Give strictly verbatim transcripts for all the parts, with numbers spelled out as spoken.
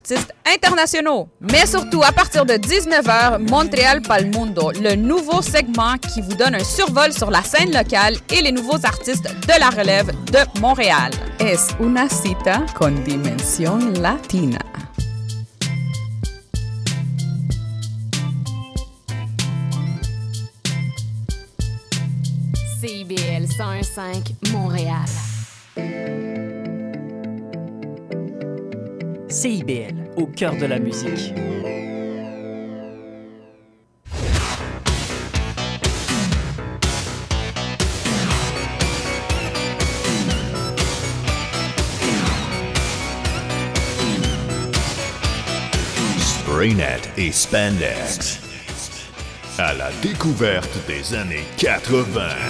artistes internationaux. Mais surtout, à partir de dix-neuf heures, Montréal Pal Mundo, le nouveau segment qui vous donne un survol sur la scène locale et les nouveaux artistes de la relève de Montréal. Es una cita con dimensión latina. C I B L cent un virgule cinq Montréal. C I B L, au cœur de la musique. Spraynet et Spandex. À la découverte des années quatre-vingt.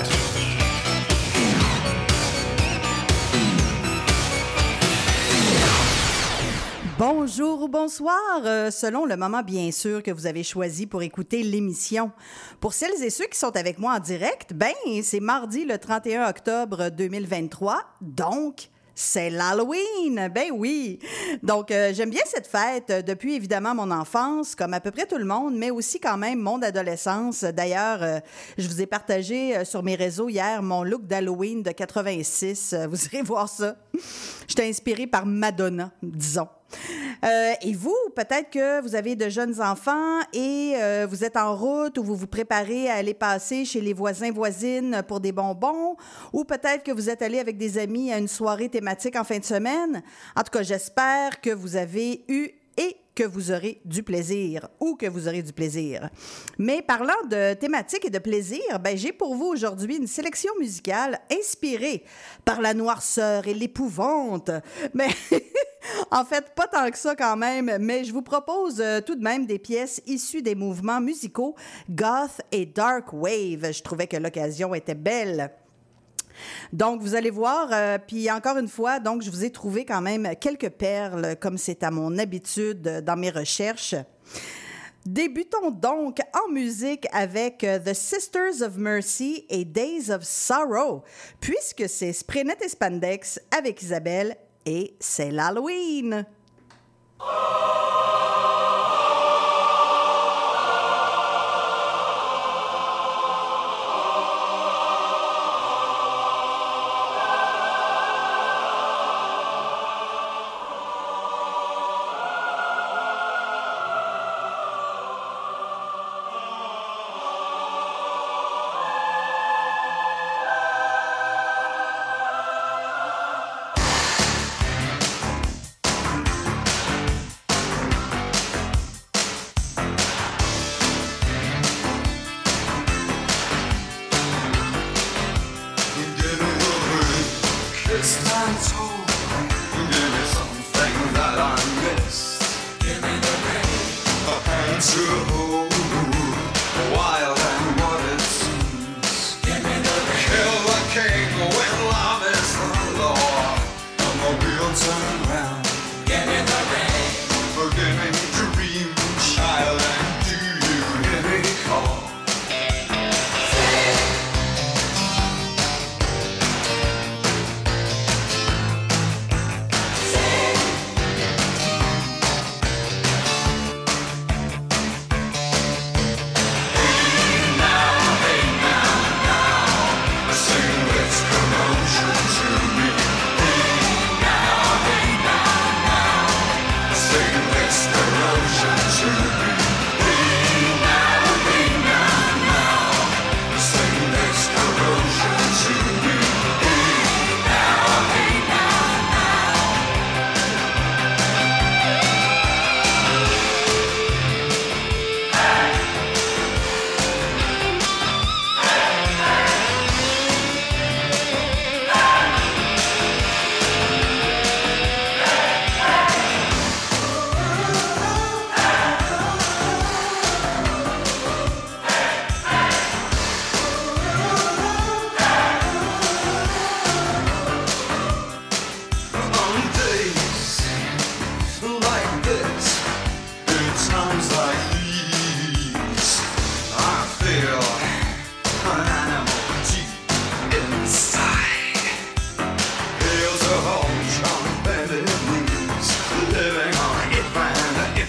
Bonjour ou bonsoir, euh, selon le moment bien sûr que vous avez choisi pour écouter l'émission. Pour celles et ceux qui sont avec moi en direct, ben c'est mardi le trente et un octobre deux mille vingt-trois, donc c'est l'Halloween, ben oui. Donc, euh, j'aime bien cette fête euh, depuis évidemment mon enfance, comme à peu près tout le monde, mais aussi quand même mon adolescence. D'ailleurs, euh, je vous ai partagé euh, sur mes réseaux hier mon look d'Halloween de quatre-vingt-six. Euh, vous irez voir ça. J'étais inspirée par Madonna, disons. Euh, et vous, peut-être que vous avez de jeunes enfants et euh, vous êtes en route ou vous vous préparez à aller passer chez les voisins, voisines pour des bonbons, ou peut-être que vous êtes allé avec des amis à une soirée thématique en fin de semaine. En tout cas, j'espère que vous avez eu et que vous aurez du plaisir ou que vous aurez du plaisir. Mais parlant de thématique et de plaisir, ben, j'ai pour vous aujourd'hui une sélection musicale inspirée par la noirceur et l'épouvante. Mais en fait, pas tant que ça quand même, mais je vous propose euh, tout de même des pièces issues des mouvements musicaux goth et dark wave. Je trouvais que l'occasion était belle. Donc, vous allez voir, euh, puis encore une fois, donc je vous ai trouvé quand même quelques perles, comme c'est à mon habitude dans mes recherches. Débutons donc en musique avec euh, The Sisters of Mercy et Days of Sorrow, puisque c'est Spraynet et Spandex avec Isabelle et c'est l'Halloween.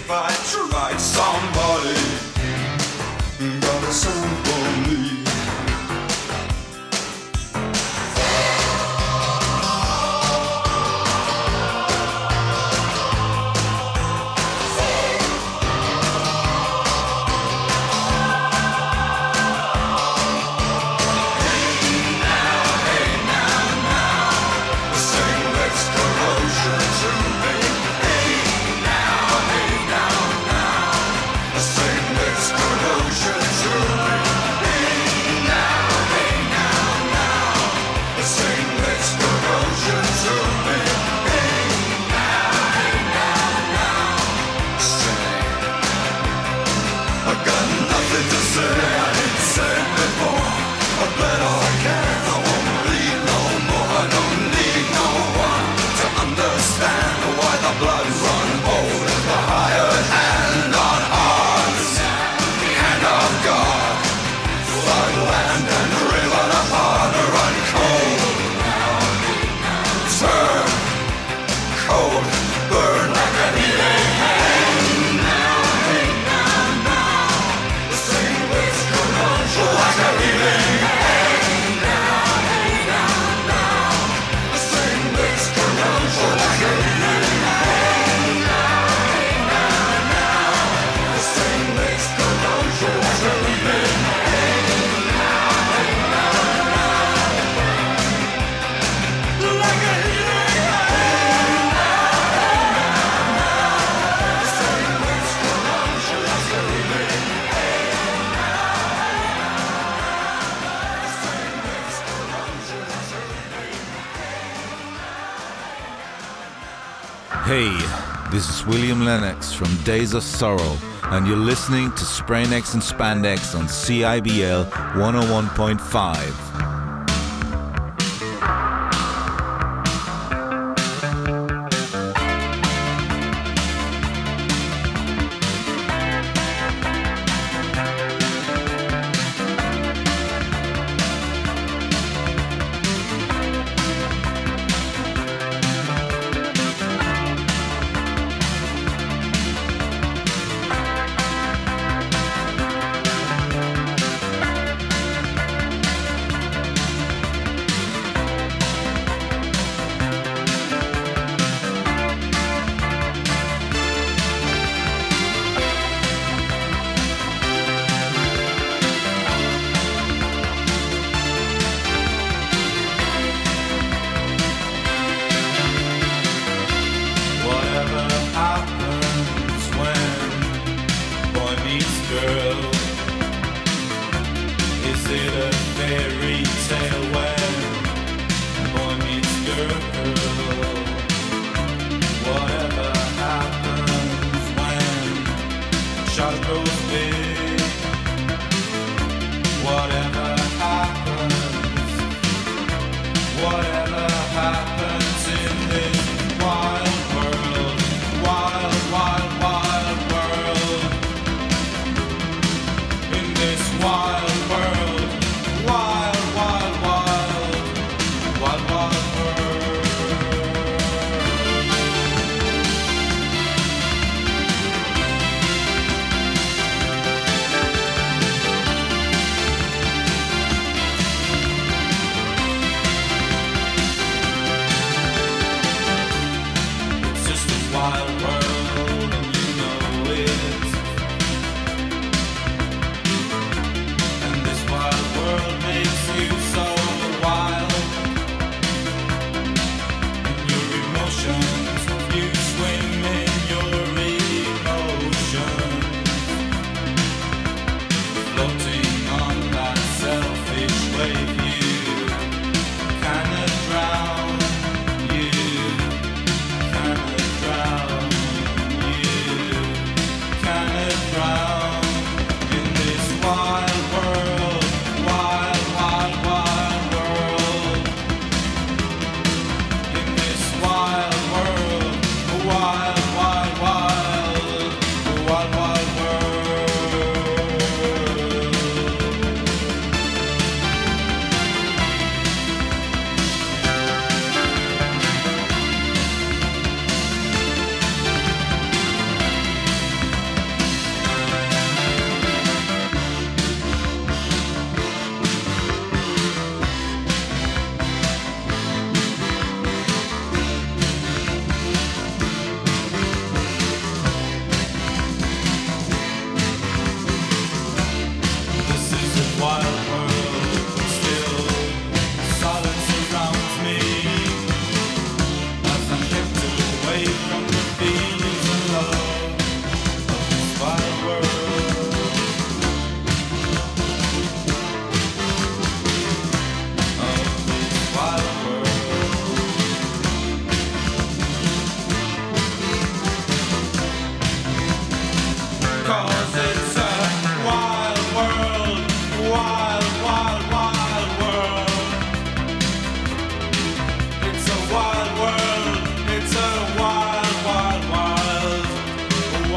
if I tried somebody, got a song for me. Hey, this is William Lennox from Days of Sorrow, and you're listening to Spraynex and Spandex on C I B L one oh one point five.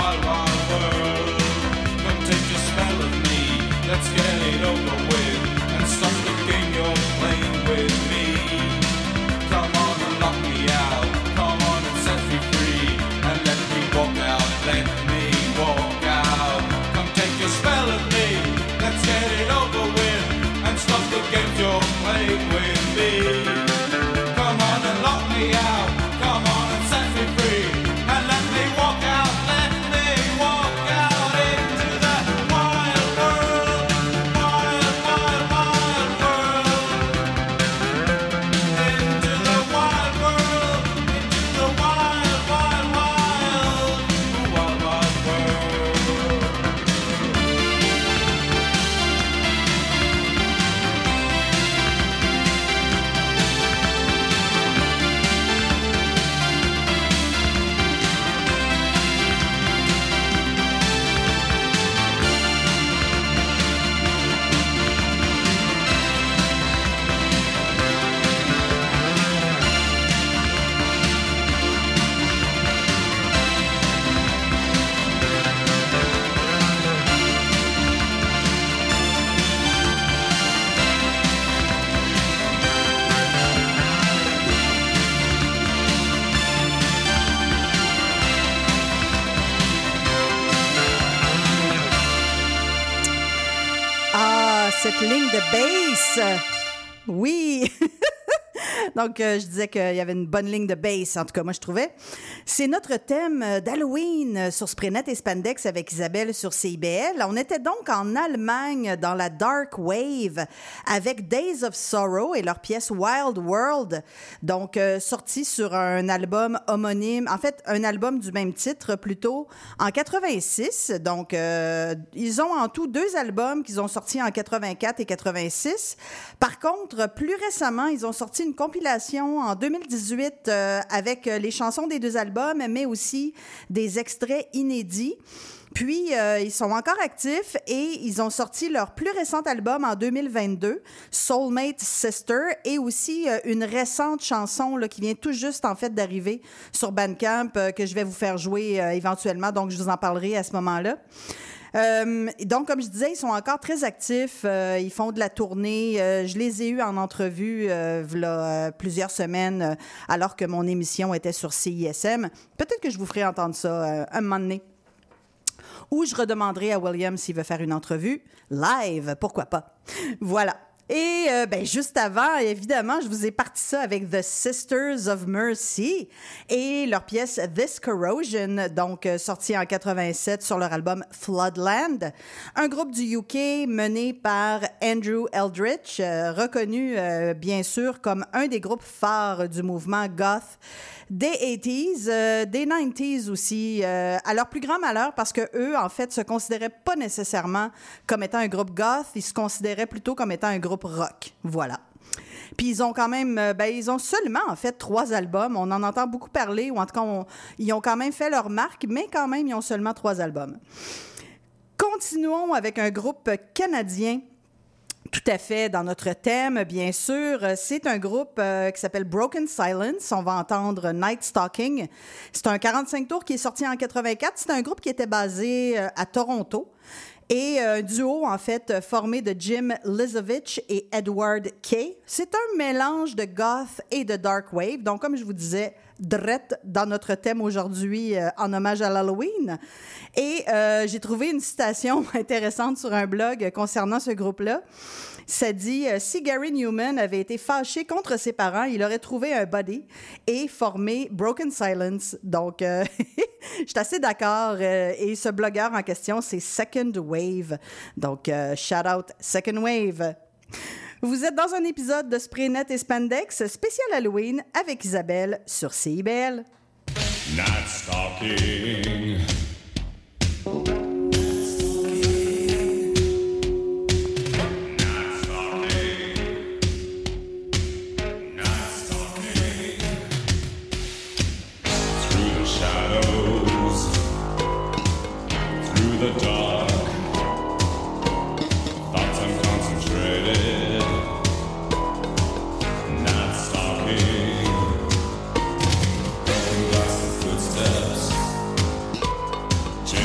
wild, wild world. Come take a spell of me, let's get it over with, and stop the game you're playing with me. Come on and lock me out, come on and set me free, and let me walk out, let me walk out. Come take a spell of me, let's get it over with, and stop the games you're playing with me. Come on and lock me out, come on and set me free, and let me walk out, let me walk out into the wild world, wild, wild, wild world. Into the wild world, into the wild, wild, wild, wild, wild world. Ah, cette ligne de bass. Oui. Donc, euh, je disais qu'il y avait une bonne ligne de bass, en tout cas, moi, je trouvais. C'est notre thème d'Halloween sur Spraynet et Spandex avec Isabelle sur C I B L. On était donc en Allemagne dans la Dark Wave avec Days of Sorrow et leur pièce Wild World, donc euh, sortie sur un album homonyme, en fait, un album du même titre plutôt, en quatre-vingt-six. Donc, euh, ils ont en tout deux albums qu'ils ont sortis en quatre-vingt-quatre et quatre-vingt-six. Par contre, plus récemment, ils ont sorti une compilation en deux mille dix-huit euh, avec les chansons des deux albums, mais aussi des extraits inédits. Puis, euh, ils sont encore actifs et ils ont sorti leur plus récent album en deux mille vingt-deux, Soulmate Sister, et aussi euh, une récente chanson là, qui vient tout juste en fait d'arriver sur Bandcamp euh, que je vais vous faire jouer euh, éventuellement, donc je vous en parlerai à ce moment-là. Euh, donc, comme je disais, ils sont encore très actifs. Euh, ils font de la tournée. Euh, je les ai eus en entrevue euh, là, euh, plusieurs semaines euh, alors que mon émission était sur C I S M. Peut-être que je vous ferai entendre ça euh, un moment donné. Ou je redemanderai à William s'il veut faire une entrevue live. Pourquoi pas? Voilà. Et euh, ben, juste avant, évidemment, je vous ai parti ça avec The Sisters of Mercy et leur pièce This Corrosion, donc euh, sortie en quatre-vingt-sept sur leur album Floodland. Un groupe du U K mené par Andrew Eldritch, euh, reconnu euh, bien sûr comme un des groupes phares du mouvement goth des eighties, euh, des nineties aussi, euh, à leur plus grand malheur parce que eux, en fait, se considéraient pas nécessairement comme étant un groupe goth, ils se considéraient plutôt comme étant un groupe rock. Voilà. Puis ils ont quand même, euh, ben ils ont seulement en fait trois albums. On en entend beaucoup parler, ou en tout cas, on, ils ont quand même fait leur marque, mais quand même, ils ont seulement trois albums. Continuons avec un groupe canadien. Tout à fait, dans notre thème, bien sûr. C'est un groupe euh, qui s'appelle Broken Silence. On va entendre Night Stalking. C'est un quarante-cinq tours qui est sorti en quatre-vingt-quatre. C'est un groupe qui était basé euh, à Toronto. Et un euh, duo, en fait, formé de Jim Lizovich et Edward Kay. C'est un mélange de goth et de dark wave. Donc, comme je vous disais, drette dans notre thème aujourd'hui euh, en hommage à l'Halloween. Et euh, j'ai trouvé une citation intéressante sur un blog concernant ce groupe-là. Ça dit euh, « Si Gary Newman avait été fâché contre ses parents, il aurait trouvé un buddy et formé Broken Silence. » Donc, euh, je suis assez d'accord. Euh, et ce blogueur en question, c'est Second Wave. Donc, euh, shout out Second Wave. Vous êtes dans un épisode de Spraynet et Spandex spécial Halloween avec Isabelle sur C I B L. Night stalking. The dark, thoughts unconcentrated, night stalking, broken glass and footsteps,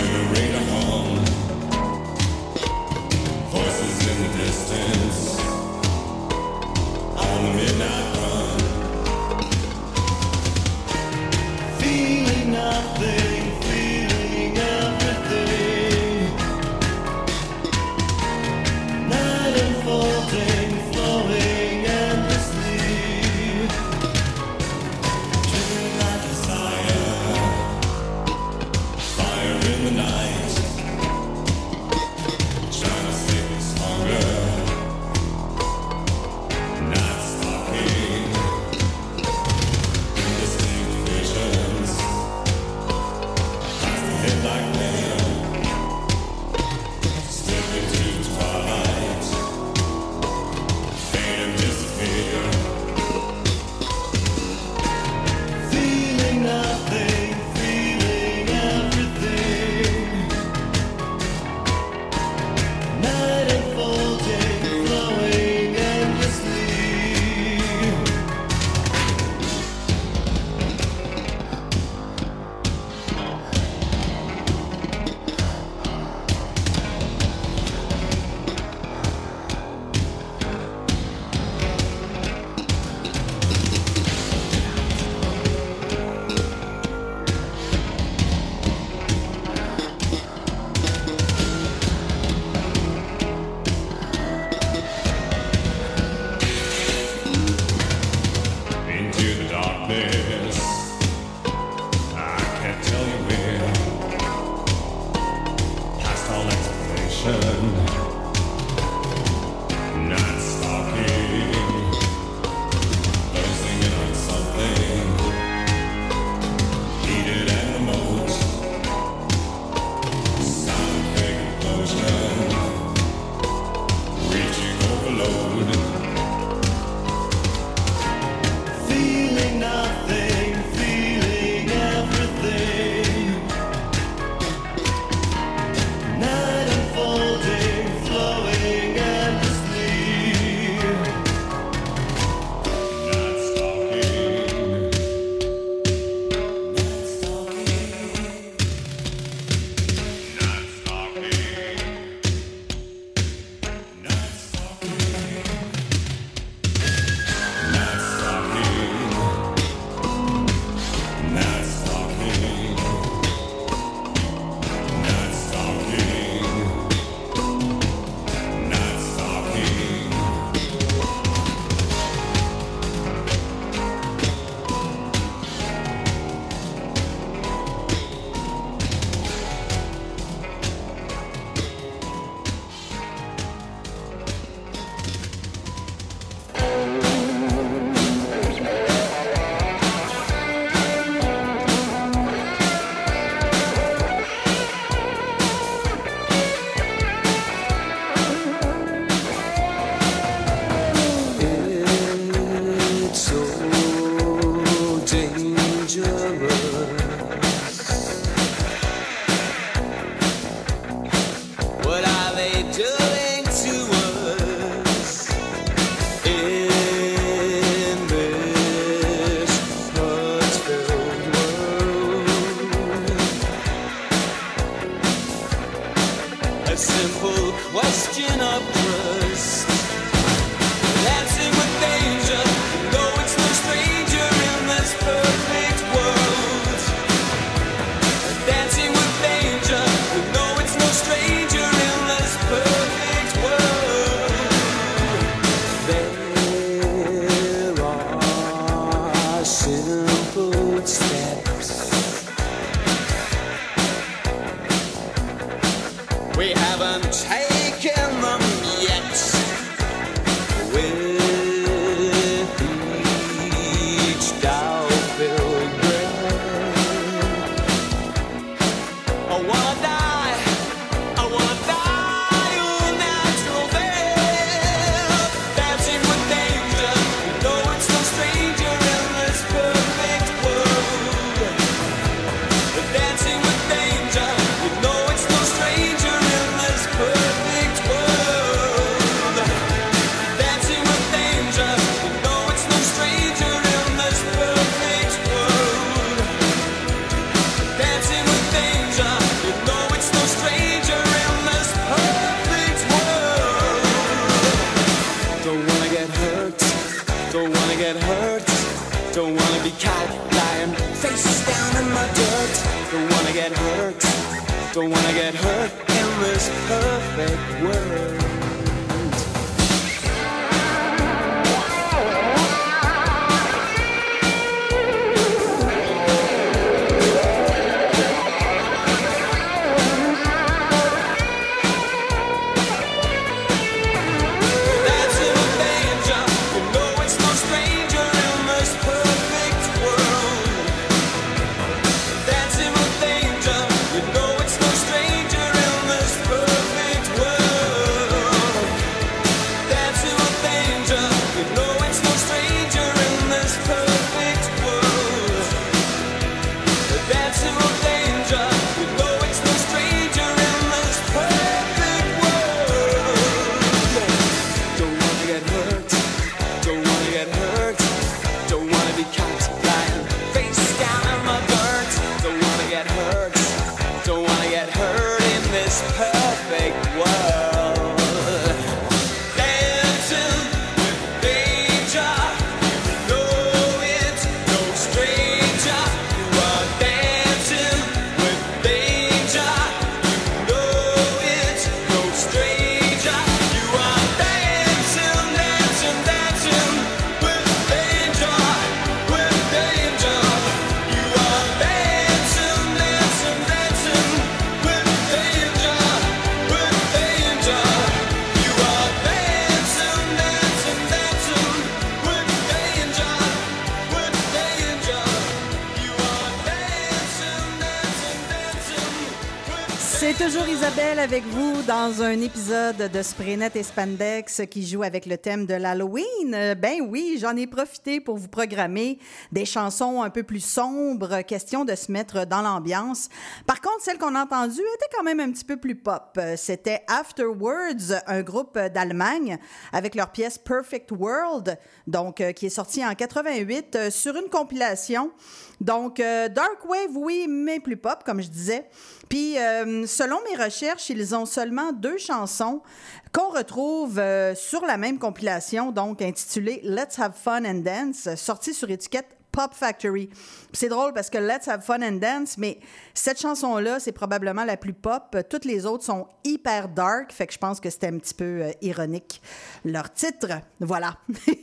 this perfect world. Dancing with danger, you know it's no stranger. You are dancing with danger, you know it's no stranger. You are dancing, dancing, dancing with danger, with danger. You are dancing, dancing, dancing with danger, with danger. You are dancing, dancing, dancing with danger, with danger. You are dancing, dancing, dancing with C'est toujours Isabelle avec vous dans un épisode de Spraynet et Spandex qui joue avec le thème de l'Halloween. Euh, Ben oui, j'en ai profité pour vous programmer des chansons un peu plus sombres, question de se mettre dans l'ambiance. Par contre, celle qu'on a entendue était quand même un petit peu plus pop. Euh, C'était Afterwards, un groupe d'Allemagne, avec leur pièce Perfect World, donc euh, qui est sortie en quatre-vingt-huit euh, sur une compilation. Donc, euh, Dark Wave, oui, mais plus pop, comme je disais. Puis, euh, selon mes recherches, ils ont seulement deux chansons qu'on retrouve euh, sur la même compilation, donc intitulée Let's Have Fun and Dance, sortie sur étiquette Pop Factory. Puis c'est drôle parce que Let's Have Fun and Dance, mais cette chanson-là, c'est probablement la plus pop. Toutes les autres sont hyper dark, fait que je pense que c'était un petit peu euh, ironique. Leur titre, voilà.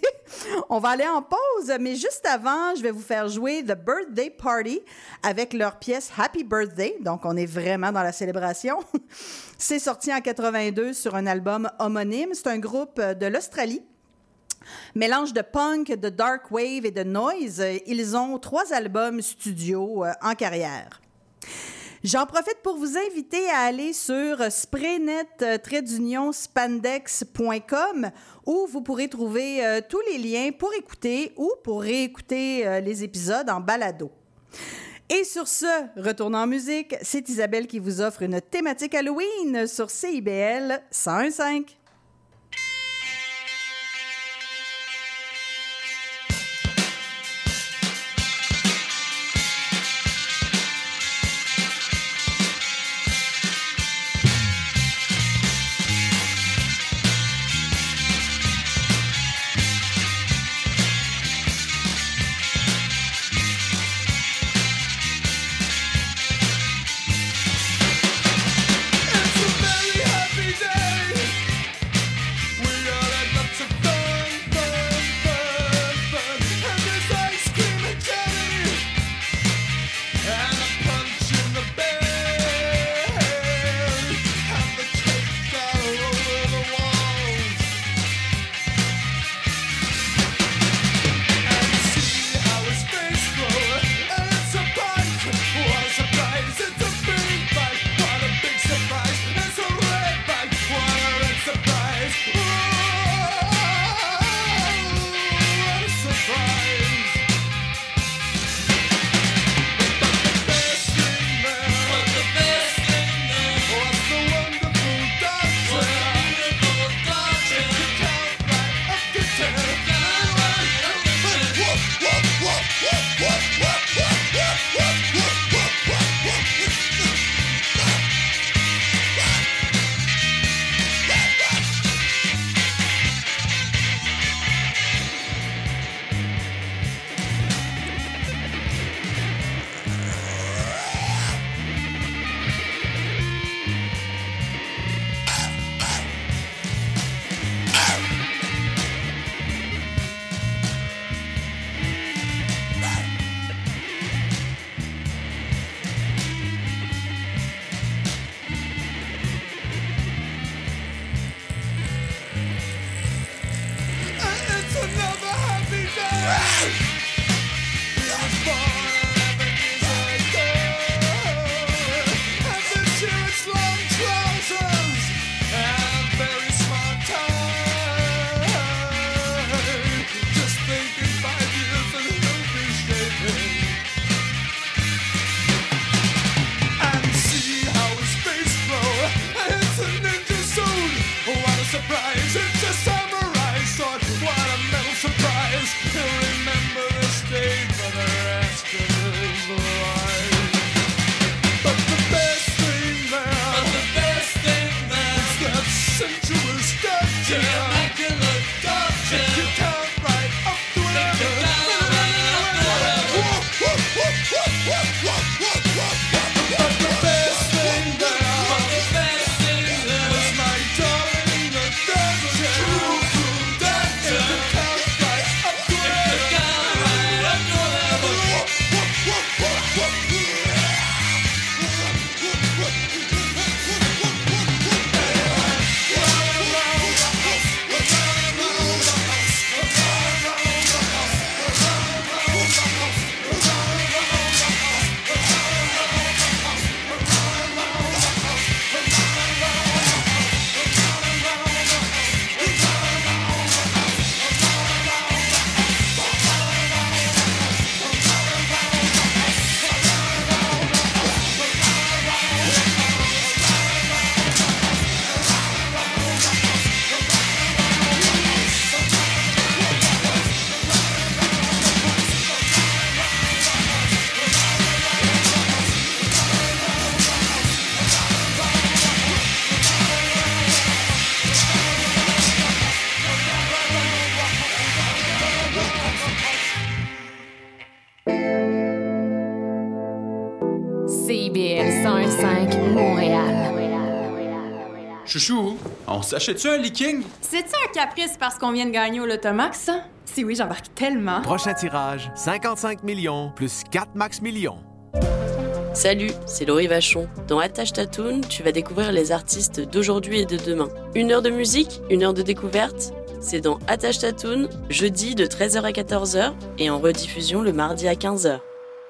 On va aller en pause, mais juste avant, je vais vous faire jouer The Birthday Party avec leur pièce Happy Birthday. Donc, on est vraiment dans la célébration. C'est sorti en quatre-vingt-deux sur un album homonyme. C'est un groupe de l'Australie. Mélange de punk, de dark wave et de noise. Ils ont trois albums studio en carrière. J'en profite pour vous inviter à aller sur spraynet trait spandex point com où vous pourrez trouver euh, tous les liens pour écouter ou pour réécouter euh, les épisodes en balado. Et sur ce, retournons en musique, c'est Isabelle qui vous offre une thématique Halloween sur C I B L cent un virgule cinq. Surprise, it's a samurai sword. What a metal surprise. Remember Chouchou, on s'achète-tu un leaking? C'est-tu un caprice parce qu'on vient de gagner au Lotomax, ça? Si oui, j'embarque tellement. Prochain tirage, cinquante-cinq millions plus quatre max millions. Salut, c'est Laurie Vachon. Dans Attache ta Toune, tu vas découvrir les artistes d'aujourd'hui et de demain. Une heure de musique, une heure de découverte. C'est dans Attache ta Toune, jeudi de treize heures à quatorze heures et en rediffusion le mardi à quinze heures.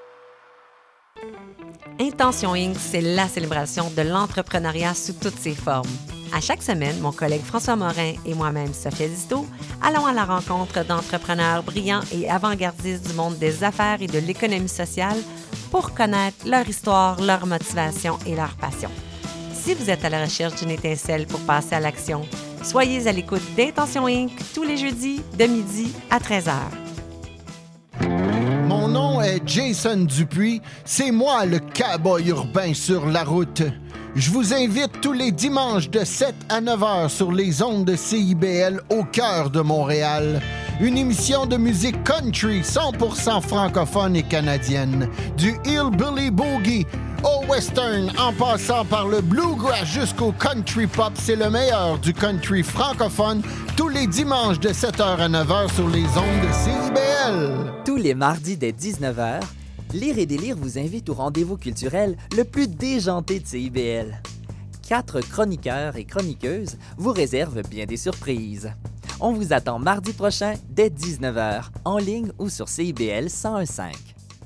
Intention Incorporée, c'est la célébration de l'entrepreneuriat sous toutes ses formes. À chaque semaine, mon collègue François Morin et moi-même, Sophia Disto, allons à la rencontre d'entrepreneurs brillants et avant-gardistes du monde des affaires et de l'économie sociale pour connaître leur histoire, leur motivation et leur passion. Si vous êtes à la recherche d'une étincelle pour passer à l'action, soyez à l'écoute d'Intention Incorporée tous les jeudis de midi à treize heures. Mon nom est Jason Dupuis. C'est moi le cowboy urbain sur la route. Je vous invite tous les dimanches de sept à neuf heures sur les ondes de C I B L au cœur de Montréal. Une émission de musique country cent pour cent francophone et canadienne. Du hillbilly boogie au western en passant par le bluegrass jusqu'au country pop. C'est le meilleur du country francophone tous les dimanches de sept heures à neuf heures sur les ondes de C I B L. Tous les mardis dès dix-neuf heures, Lire et délire vous invite au rendez-vous culturel le plus déjanté de C I B L. Quatre chroniqueurs et chroniqueuses vous réservent bien des surprises. On vous attend mardi prochain dès dix-neuf heures, en ligne ou sur C I B L cent un virgule cinq.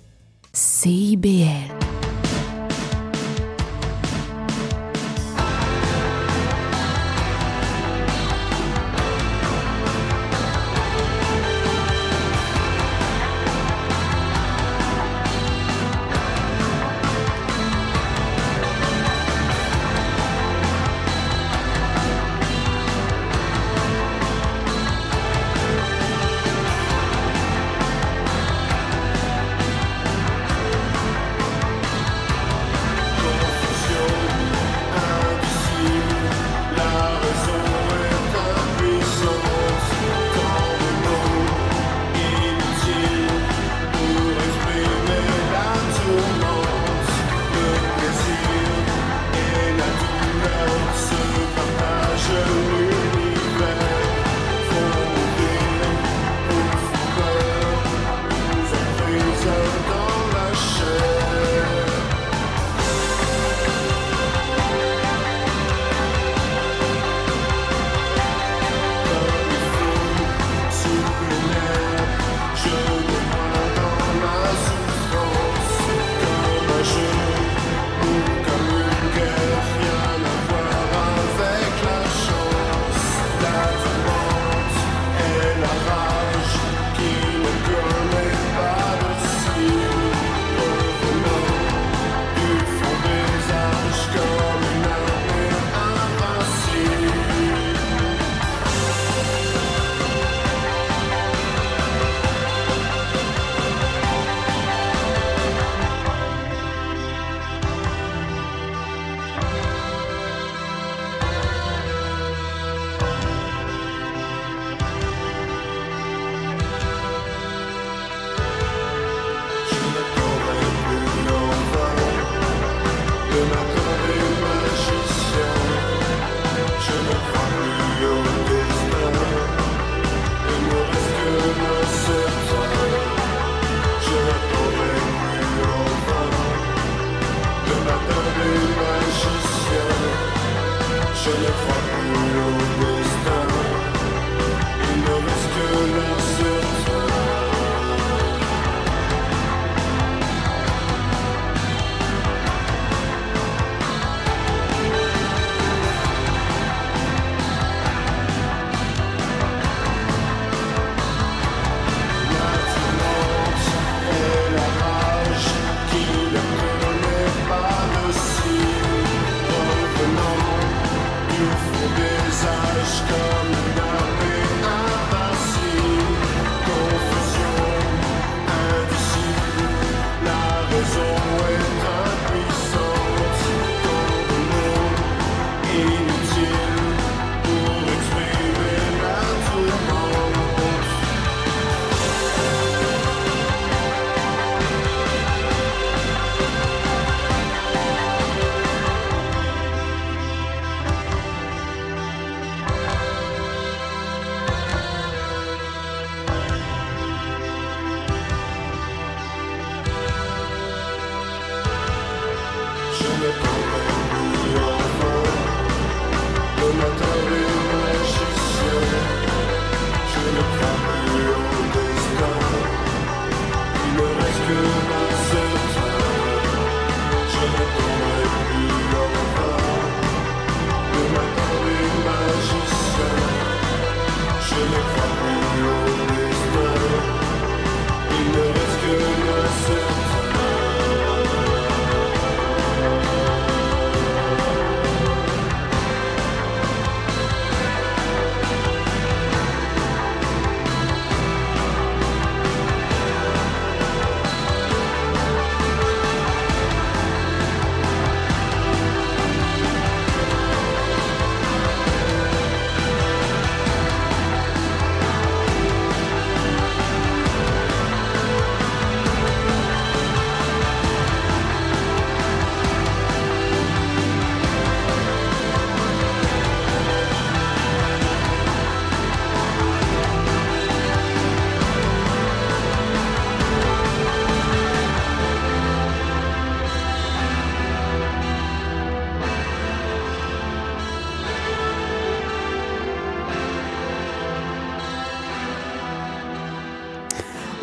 C I B L. Revenant du fond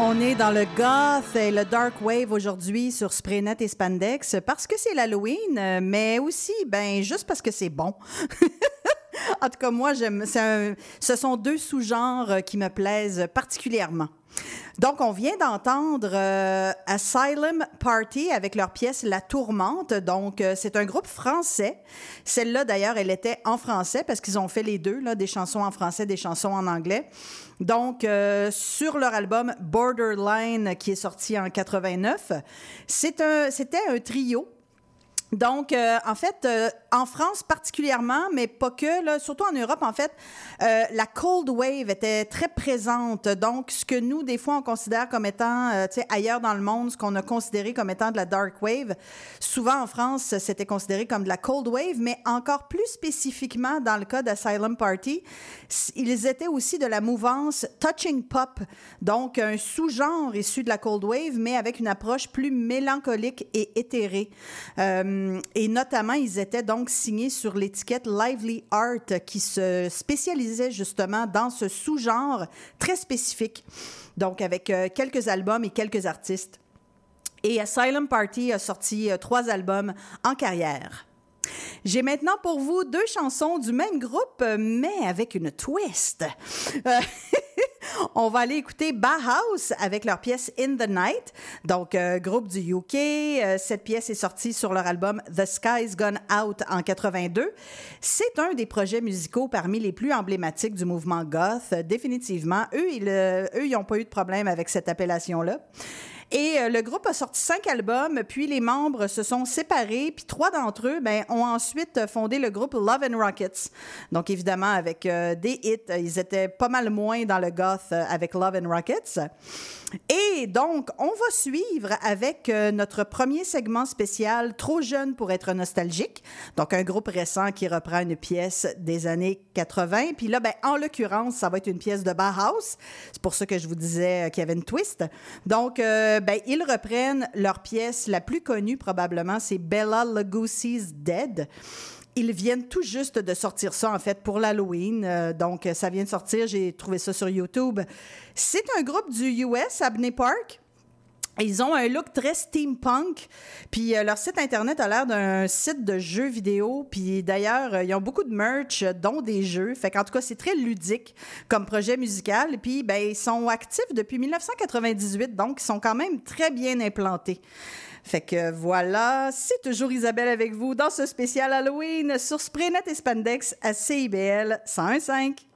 On est dans le goth et le dark wave aujourd'hui sur Spraynet et Spandex parce que c'est l'Halloween, mais aussi, ben, juste parce que c'est bon. En tout cas, moi, j'aime. C'est un, ce sont deux sous-genres qui me plaisent particulièrement. Donc, on vient d'entendre euh, Asylum Party avec leur pièce La Tourmente. Donc, euh, c'est un groupe français. Celle-là, d'ailleurs, elle était en français parce qu'ils ont fait les deux, là, des chansons en français, des chansons en anglais. Donc, euh, sur leur album Borderline, qui est sorti en quatre-vingt-neuf, c'est un, c'était un trio. Donc, euh, en fait, euh, en France particulièrement, mais pas que, là, surtout en Europe, en fait, euh, la Cold Wave était très présente. Donc, ce que nous, des fois, on considère comme étant, euh, tu sais, ailleurs dans le monde, ce qu'on a considéré comme étant de la Dark Wave, souvent en France, c'était considéré comme de la Cold Wave, mais encore plus spécifiquement, dans le cas d'Asylum Party, ils étaient aussi de la mouvance Touching Pop, donc un sous-genre issu de la Cold Wave, mais avec une approche plus mélancolique et éthérée. Euh, Et notamment, ils étaient donc signés sur l'étiquette Lively Art qui se spécialisait justement dans ce sous-genre très spécifique. Donc, avec euh, quelques albums et quelques artistes. Et Asylum Party a sorti euh, trois albums en carrière. J'ai maintenant pour vous deux chansons du même groupe, mais avec une twist. Euh, On va aller écouter Bauhaus avec leur pièce In the Night, donc euh, groupe du U K. Euh, cette pièce est sortie sur leur album The Sky's Gone Out en quatre-vingt-deux. C'est un des projets musicaux parmi les plus emblématiques du mouvement goth, euh, définitivement. Eux, ils euh, eux, ils n'ont pas eu de problème avec cette appellation-là. Et euh, le groupe a sorti cinq albums, puis les membres se sont séparés, puis trois d'entre eux ben, ont ensuite fondé le groupe Love and Rockets. Donc, évidemment, avec euh, des hits, ils étaient pas mal moins dans le goth euh, avec Love and Rockets. Et donc, on va suivre avec euh, notre premier segment spécial, Trop jeune pour être nostalgique. Donc, un groupe récent qui reprend une pièce des années quatre-vingts. Puis là, ben, en l'occurrence, ça va être une pièce de Bauhaus. C'est pour ça que je vous disais qu'il y avait une twist. Donc, euh, ben, ils reprennent leur pièce la plus connue, probablement, c'est Bela Lugosi's Dead. Ils viennent tout juste de sortir ça, en fait, pour l'Halloween. Euh, donc, ça vient de sortir. J'ai trouvé ça sur YouTube. C'est un groupe du U S, Abney Park. Ils ont un look très steampunk, puis euh, leur site Internet a l'air d'un site de jeux vidéo, puis d'ailleurs, euh, ils ont beaucoup de merch, euh, dont des jeux, fait qu'en tout cas, c'est très ludique comme projet musical, puis ben, ils sont actifs depuis dix-neuf cent quatre-vingt-dix-huit, donc ils sont quand même très bien implantés. Fait que voilà, c'est toujours Isabelle avec vous dans ce spécial Halloween sur Spraynet et Spandex à C I B L cent un virgule cinq.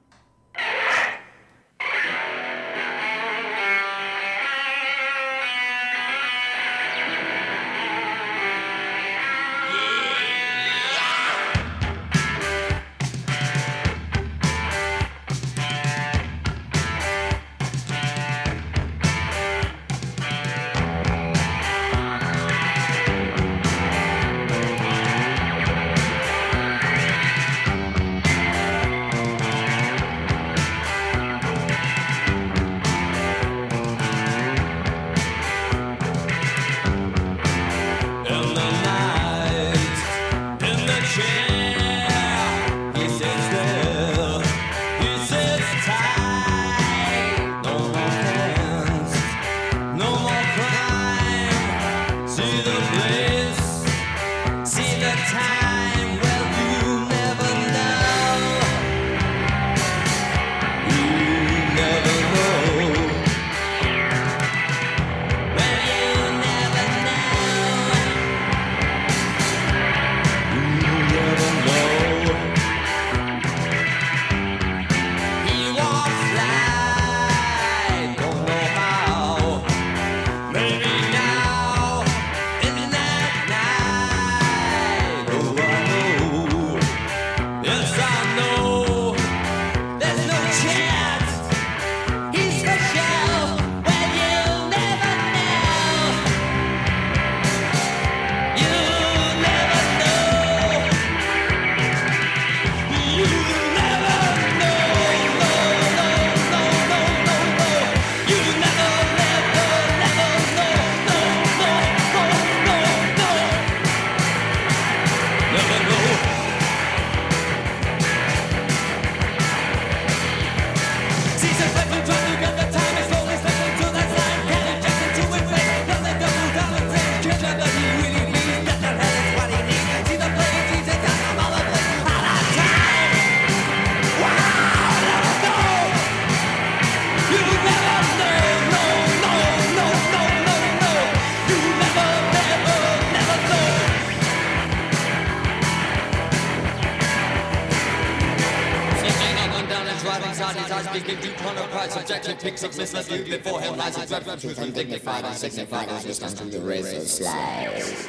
inside his eyes, speaking deep on a pride. Subjection picks up Miss Leslie before him lies a dreadful truth, undignified and signified as distance to the razor slice.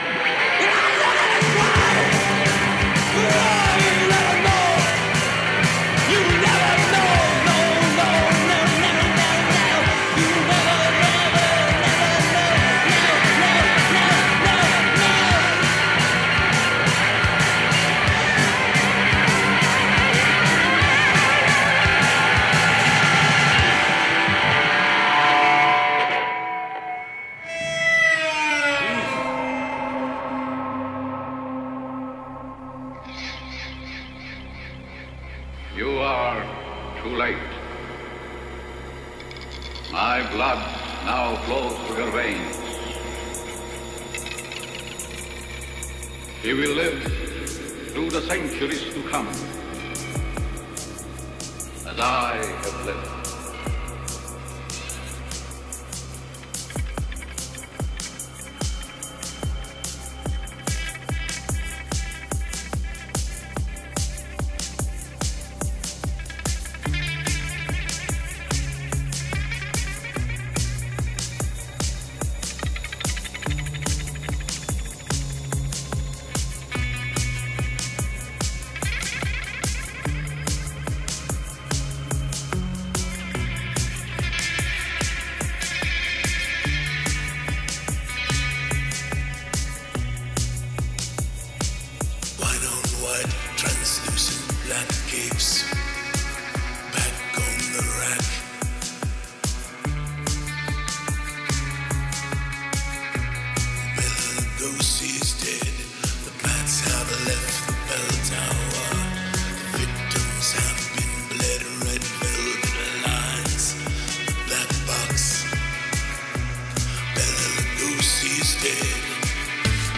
You are too late. My blood now flows through your veins. He will live through the centuries to come, as I have lived.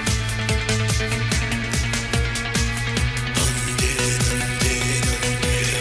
Undead, undead, undead.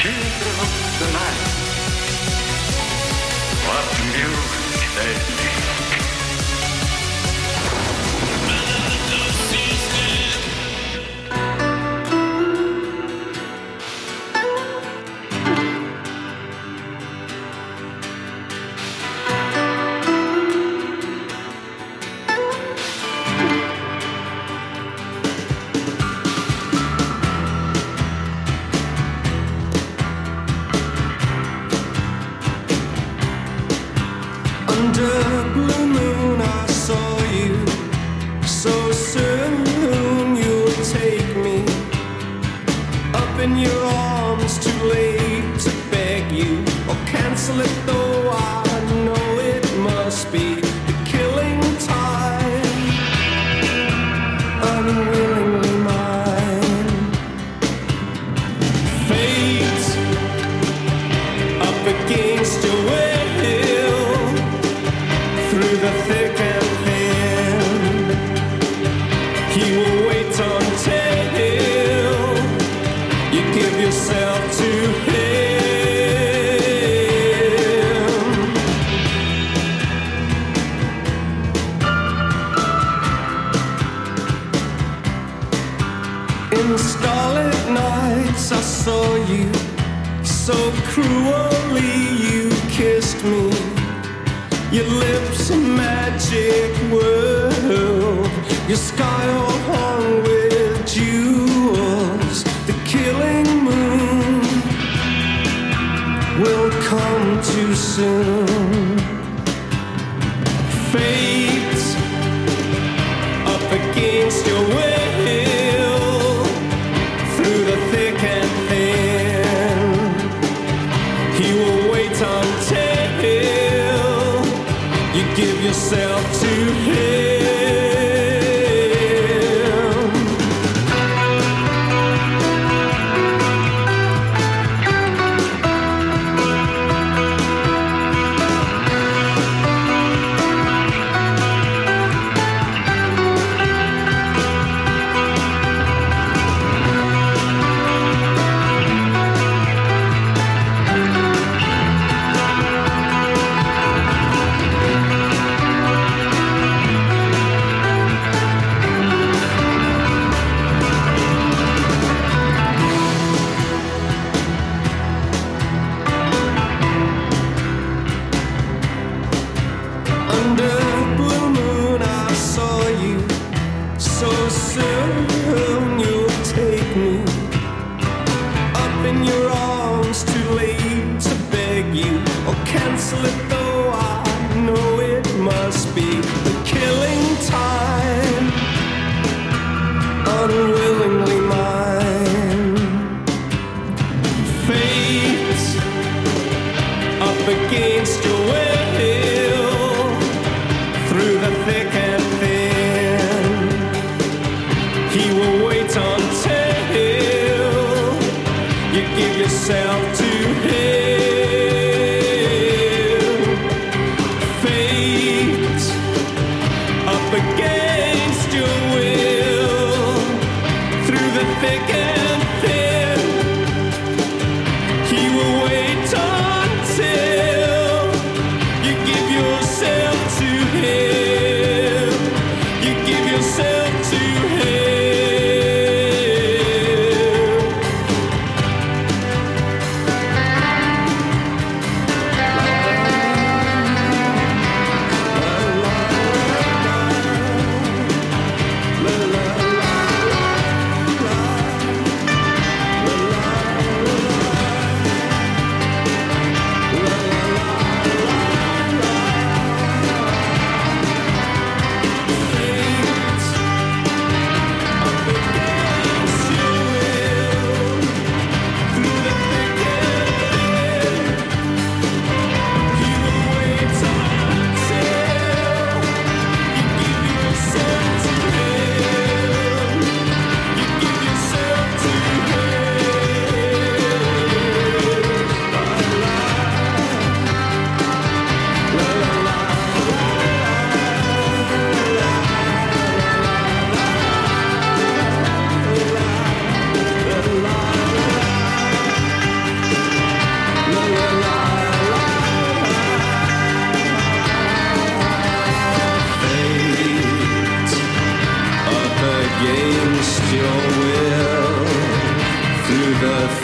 children of the night. What music they make.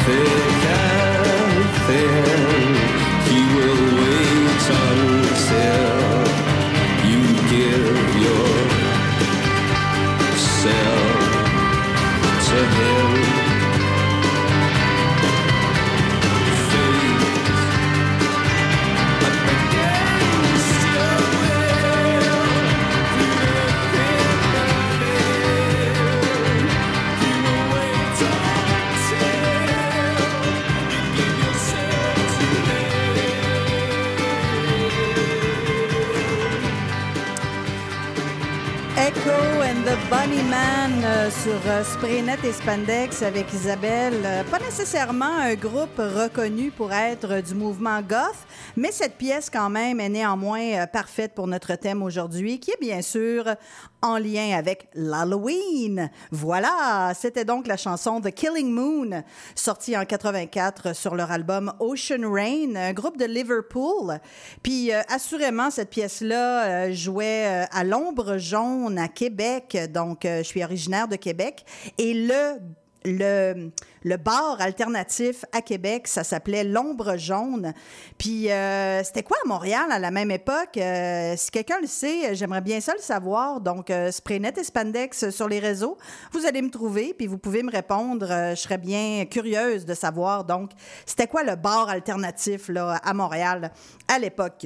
thick and thin. He will wait until you give yourself to him. Echo and the Bunnymen euh, sur euh, Spraynet et Spandex avec Isabelle. Euh, pas nécessairement un groupe reconnu pour être euh, du mouvement goth, mais cette pièce quand même est néanmoins euh, parfaite pour notre thème aujourd'hui, qui est bien sûr en lien avec l'Halloween. Voilà, c'était donc la chanson The Killing Moon, sortie en quatre-vingt-quatre sur leur album Ocean Rain, un groupe de Liverpool. Puis euh, assurément, cette pièce-là euh, jouait euh, à l'Ombre Jaune à Québec, donc euh, je suis originaire de Québec, et le Le, le bar alternatif à Québec, ça s'appelait l'Ombre Jaune. Puis, euh, c'était quoi à Montréal à la même époque? Euh, si quelqu'un le sait, j'aimerais bien ça le savoir. Donc, euh, Spraynet et Spandex sur les réseaux, vous allez me trouver, puis vous pouvez me répondre. Euh, je serais bien curieuse de savoir. Donc, c'était quoi le bar alternatif là, à Montréal à l'époque?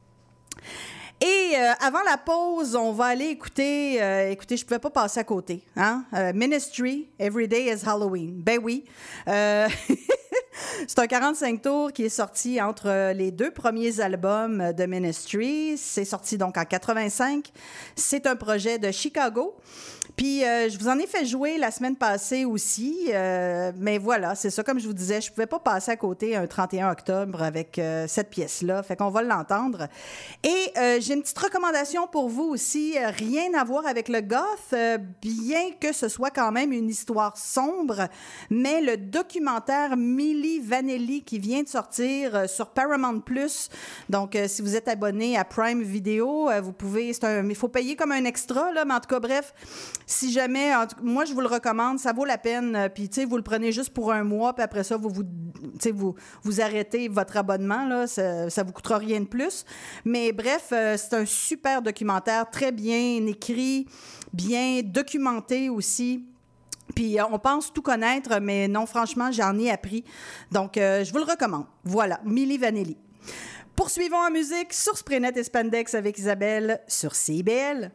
Et euh, avant la pause, on va aller écouter, euh, écoutez, je pouvais pas passer à côté, hein? Euh, Ministry, Every Day is Halloween. Ben oui. Euh, c'est un quarante-cinq tours qui est sorti entre les deux premiers albums de Ministry. C'est sorti donc en quatre-vingt-cinq. C'est un projet de Chicago. Puis, euh, je vous en ai fait jouer la semaine passée aussi, euh, mais voilà, c'est ça, comme je vous disais, je pouvais pas passer à côté un trente et un octobre avec euh, cette pièce-là, fait qu'on va l'entendre. Et euh, j'ai une petite recommandation pour vous aussi, euh, rien à voir avec le goth, euh, bien que ce soit quand même une histoire sombre, mais le documentaire Milli Vanilli qui vient de sortir euh, sur Paramount Plus, donc euh, si vous êtes abonné à Prime Video, euh, vous pouvez, c'est un, il faut payer comme un extra, là, mais en tout cas, bref, si jamais, en tout, moi, je vous le recommande, ça vaut la peine. Puis, tu sais, vous le prenez juste pour un mois, puis après ça, vous, vous, vous, vous arrêtez votre abonnement. Là, ça ne vous coûtera rien de plus. Mais bref, euh, c'est un super documentaire, très bien écrit, bien documenté aussi. Puis, on pense tout connaître, mais non, franchement, j'en ai appris. Donc, euh, je vous le recommande. Voilà, Milli Vanilli. Poursuivons en musique sur Spraynet et Spandex avec Isabelle sur C I B L.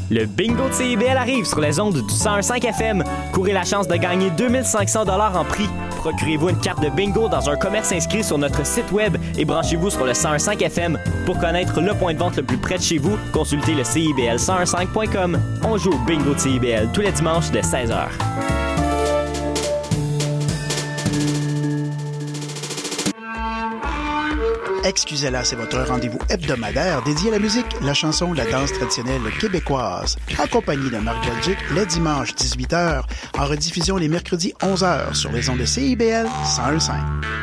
Le bingo de C I B L arrive sur les ondes du cent un virgule cinq F M. Courez la chance de gagner deux mille cinq cents dollars en prix. Procurez-vous une carte de bingo dans un commerce inscrit sur notre site web et branchez-vous sur le cent un virgule cinq F M. Pour connaître le point de vente le plus près de chez vous, consultez le C I B L cent quinze point com. On joue au bingo de C I B L tous les dimanches dès seize heures. Excusez-la, c'est votre rendez-vous hebdomadaire dédié à la musique, la chanson, la danse traditionnelle québécoise. Accompagné de Marc Belgique, les dimanches dix-huit heures, en rediffusion les mercredis onze heures sur les ondes de C I B L cent un virgule cinq.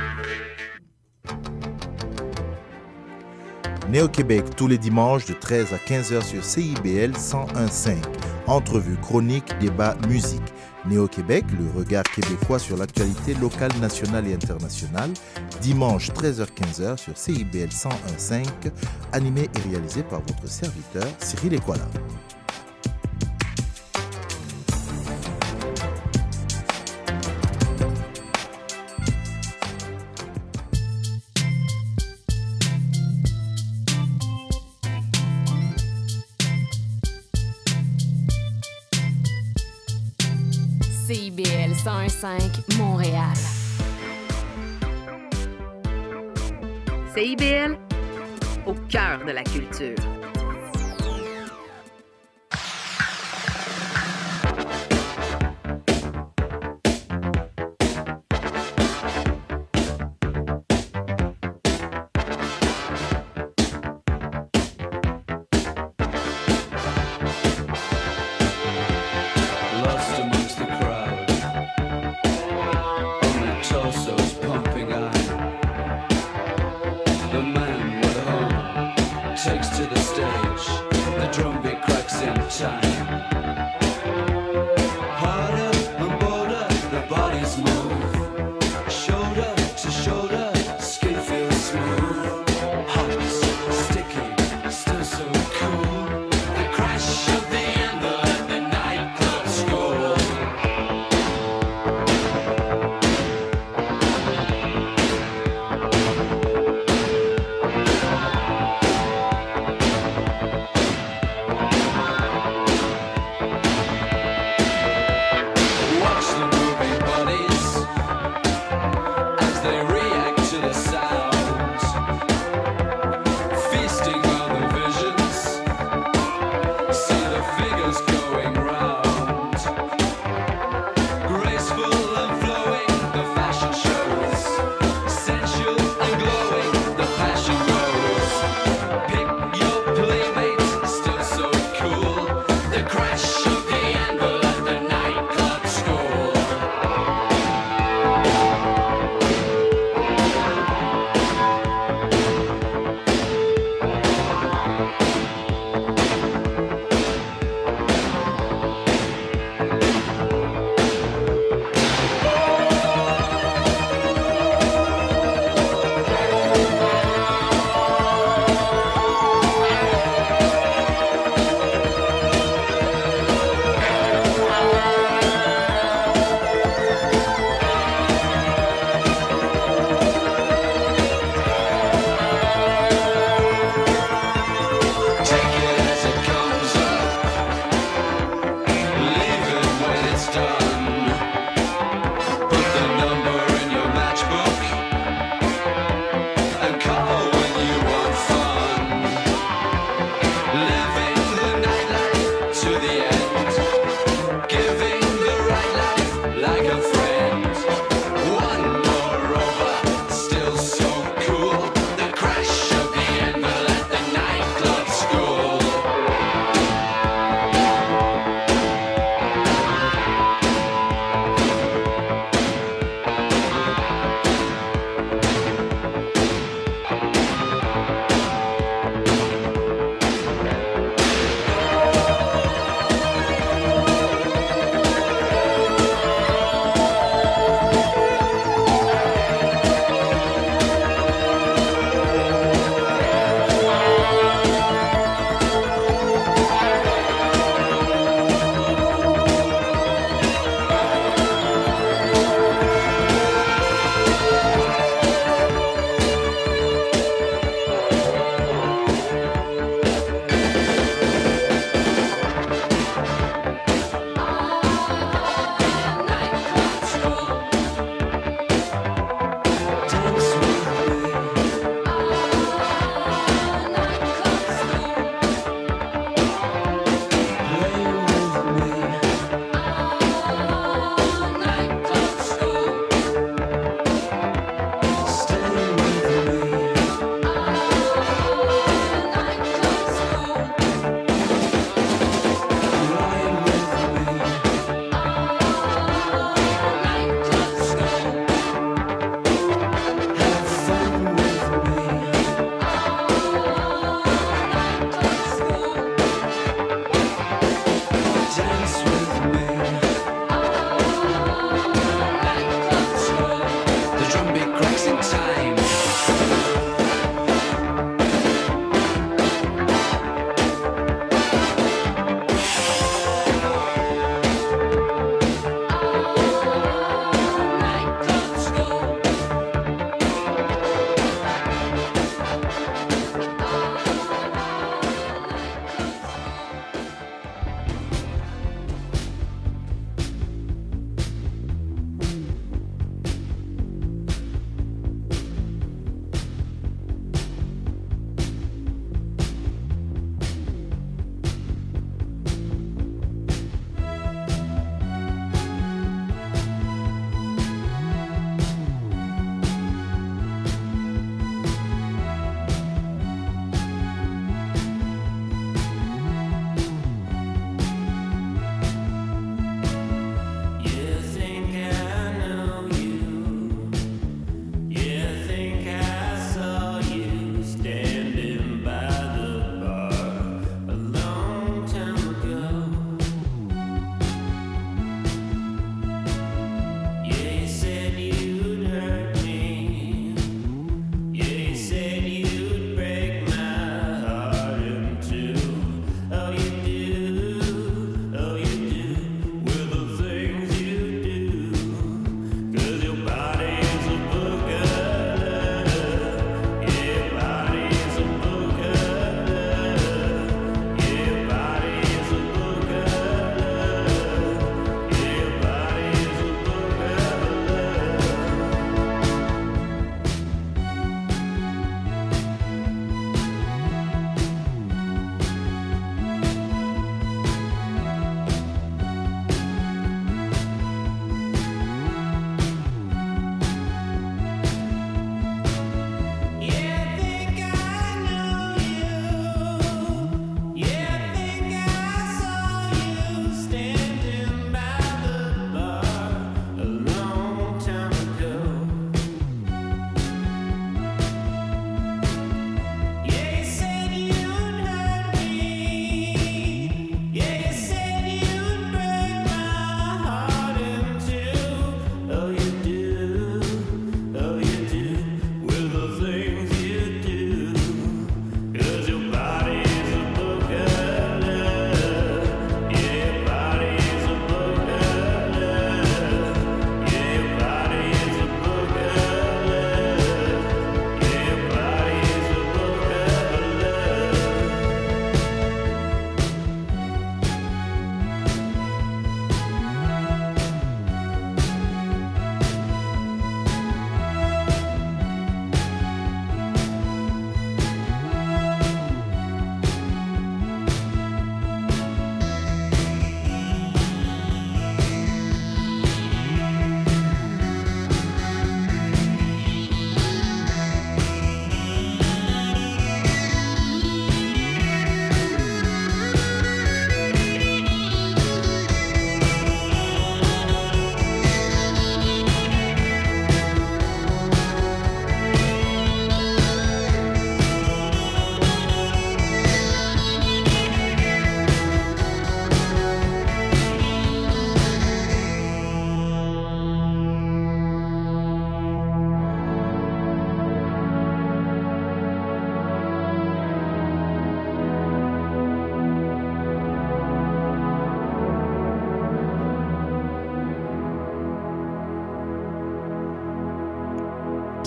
Néo-Québec, tous les dimanches de treize à quinze heures sur C I B L cent un virgule cinq. Entrevues, chroniques, débats, musique. Néo-Québec, le regard québécois sur l'actualité locale, nationale et internationale. Dimanche treize heures quinze heures sur C I B L cent un virgule cinq. Animé et réalisé par votre serviteur Cyril Equala. C I B L cent un virgule cinq, Montréal. C I B L, au cœur de la culture. Lost amongst the crowd, only torsos pumping iron. The man with a home takes to the stage. The drum beat cracks in time. Harder and bolder, the bodies move. Shoulder to shoulder, skin feels smooth. Hot, sticky, still so cool. The crash of the anvil at the nightclub school. Watch the moving bodies as they react to the sounds, feasting on the visions. See the figures going round, graceful and flowing. The fashion shows, sensual and glowing. The passion goes. Pick your playmate, still so cool. The crash of the anvil at the nightclub school.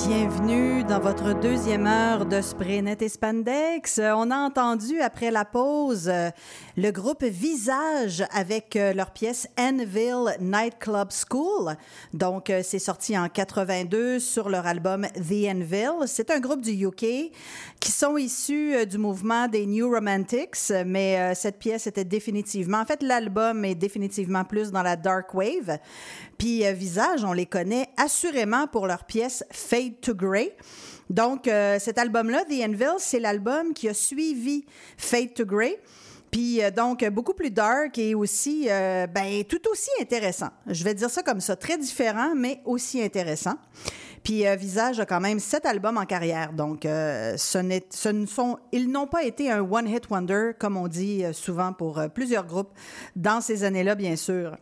Bienvenue dans votre deuxième heure de Spraynet et Spandex. On a entendu après la pause le groupe Visage avec leur pièce Anvil Nightclub School. Donc, c'est sorti en quatre-vingt-deux sur leur album The Anvil. C'est un groupe du U K qui sont issus du mouvement des New Romantics, mais cette pièce était définitivement... En fait, l'album est définitivement plus dans la dark wave. Puis Visage, on les connaît assurément pour leur pièce Fade to Grey. Donc, euh, cet album-là, The Anvil, c'est l'album qui a suivi Fade to Grey. Puis, euh, donc, beaucoup plus dark et aussi, euh, ben, tout aussi intéressant. Je vais dire ça comme ça, très différent, mais aussi intéressant. Puis, euh, Visage a quand même sept albums en carrière. Donc, euh, ce n'est, ce ne sont, ils n'ont pas été un one-hit wonder, comme on dit souvent pour euh, plusieurs groupes dans ces années-là, bien sûr.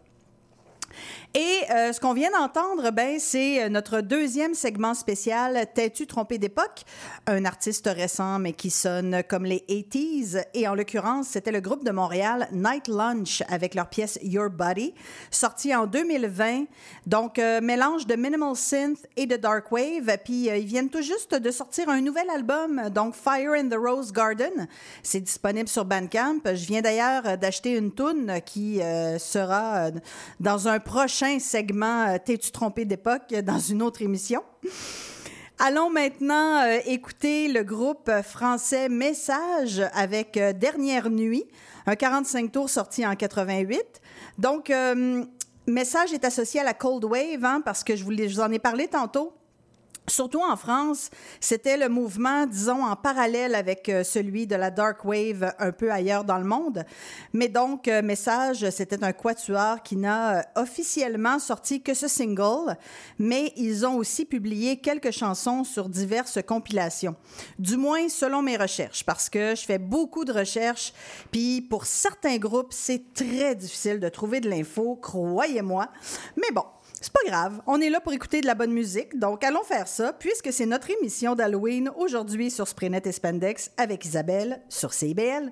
Et euh, ce qu'on vient d'entendre, ben, c'est notre deuxième segment spécial « T'es-tu trompé d'époque ?» Un artiste récent, mais qui sonne comme les eighties. Et en l'occurrence, c'était le groupe de Montréal Night Lunch avec leur pièce « Your Body », sortie en deux mille vingt. Donc, euh, mélange de minimal synth et de dark wave. Puis, euh, ils viennent tout juste de sortir un nouvel album, donc « Fire in the Rose Garden ». C'est disponible sur Bandcamp. Je viens d'ailleurs d'acheter une toune qui euh, sera dans un prochain segment « T'es-tu trompé d'époque » dans une autre émission. Allons maintenant euh, écouter le groupe français Message avec euh, Dernière Nuit, un quarante-cinq tours sorti en quatre-vingt-huit. Donc, euh, Message est associé à la Cold Wave, hein, parce que je vous, je vous en ai parlé tantôt. Surtout en France, c'était le mouvement, disons, en parallèle avec euh, celui de la Dark Wave un peu ailleurs dans le monde. Mais donc, euh, Message, c'était un quatuor qui n'a euh, officiellement sorti que ce single, mais ils ont aussi publié quelques chansons sur diverses compilations. Du moins, selon mes recherches, parce que je fais beaucoup de recherches, puis pour certains groupes, c'est très difficile de trouver de l'info, croyez-moi. Mais bon, c'est pas grave, on est là pour écouter de la bonne musique, donc allons faire ça, puisque c'est notre émission d'Halloween aujourd'hui sur Spraynet et Spandex avec Isabelle sur C I B L.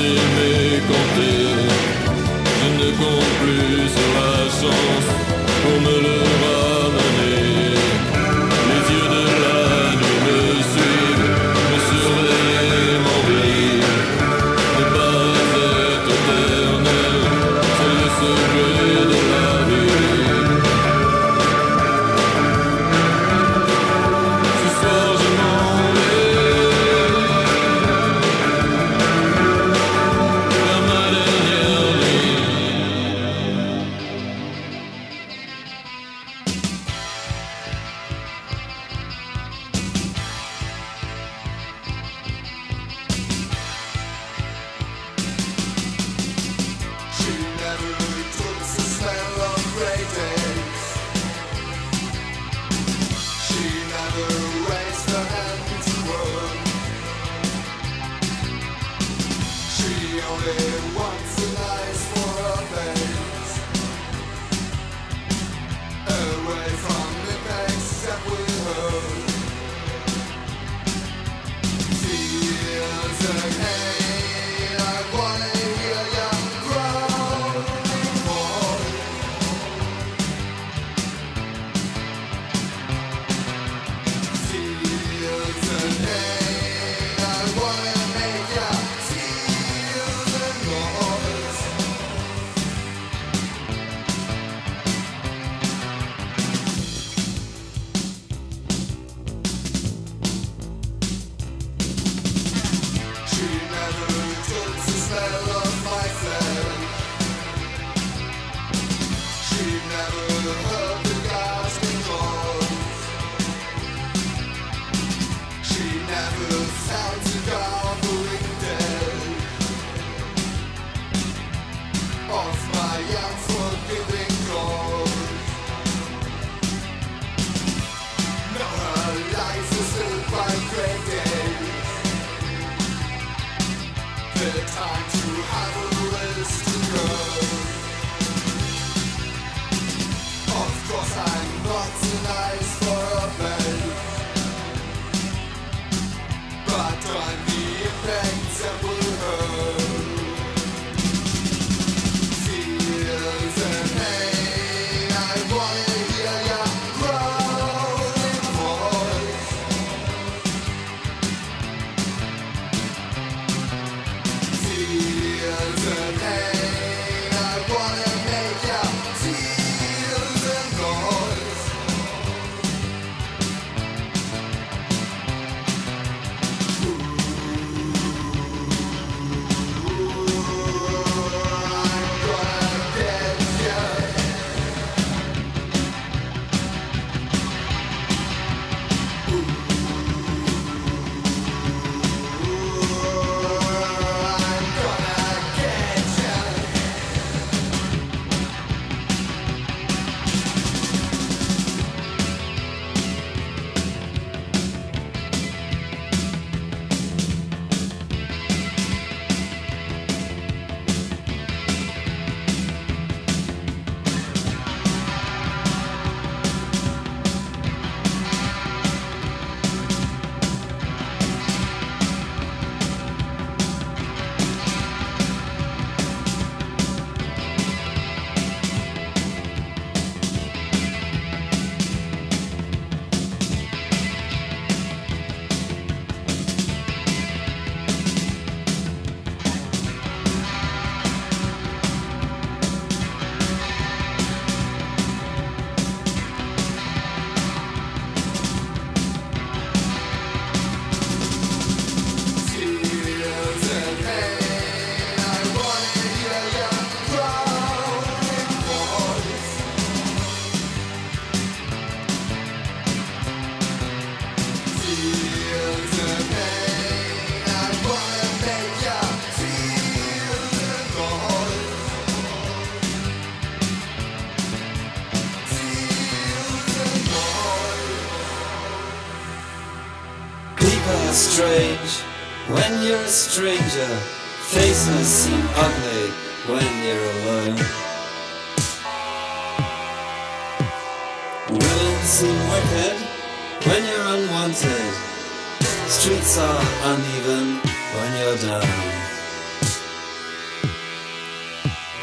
d'aimer compter. Je ne compte plus sur la chance pour me le ramener. Les yeux de la nuit me suivent, me surveillent, m'envahissent. Ne pas être éternel, c'est le secret de la vie. Ce soir je m'en vais vers ma dernière nuit. She never took the smell of grey days. She never raised her hand to work. She only wants a nice for her face. Away from the except with her. Tears and pain, I wanna hear ya growling voice. Tears and pain, I wanna make ya tears and noise. She never took the smell of my flesh. She never heard the gasping noise. She never felt the gobbling dead of my unforgiving cause. No, her life is filled by great days. The time to have a rest to go. Of course I'm not too nice for a bed, but I'm the impeccable her. Tears and pain, I wanna hear ya growling voice. Tears and pain, I wanna make ya tears and noise. Strange when you're a stranger. Faces seem ugly when you're alone. Women seem wicked when you're unwanted. Streets are uneven when you're down.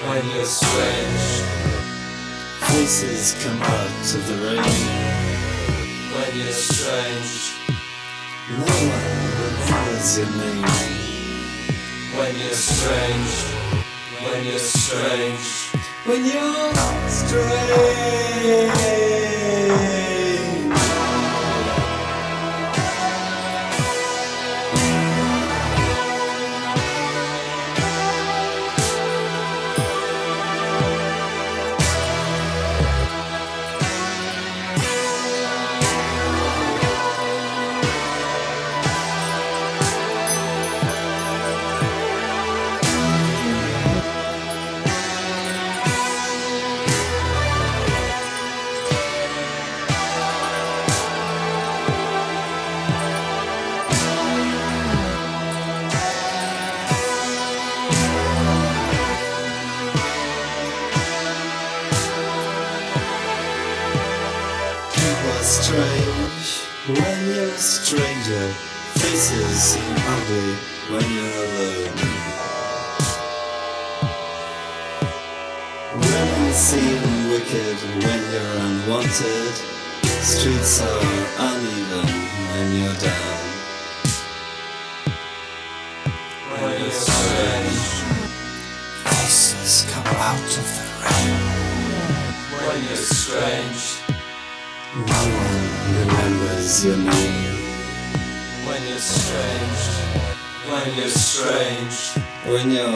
when you're strange. Faces come out of the rain when you're strange. No one remembers your name when you're strange. When you're strange. When you're strange. Strange when you're a stranger. Faces seem ugly when you're alone. Women seem wicked when you're unwanted. Streets are uneven when you're down. When you're strange, faces come out of the rain. When you're strange. No one remembers your name. When you're strange, when you're strange, when you're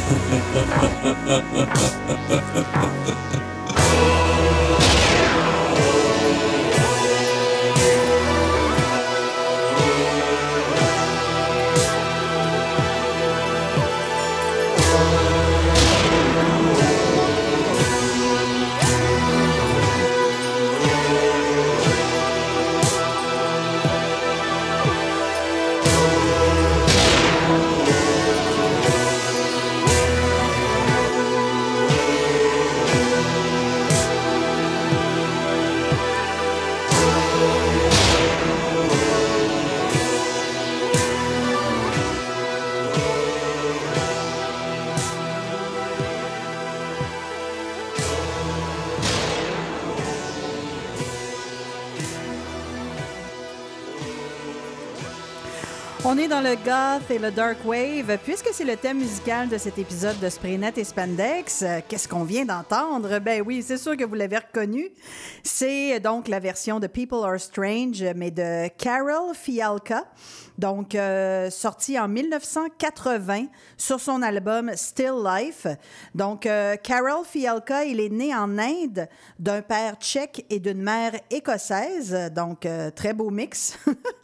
On est dans le goth et le dark wave. Puisque c'est le thème musical de cet épisode de Spraynet et Spandex, euh, qu'est-ce qu'on vient d'entendre? Ben oui, c'est sûr que vous l'avez reconnu. C'est donc la version de People Are Strange, mais de Carol Fialka. Donc, euh, sorti en dix-neuf cent quatre-vingts sur son album Still Life. Donc, euh, Carol Fialka, il est né en Inde d'un père tchèque et d'une mère écossaise. Donc, euh, très beau mix.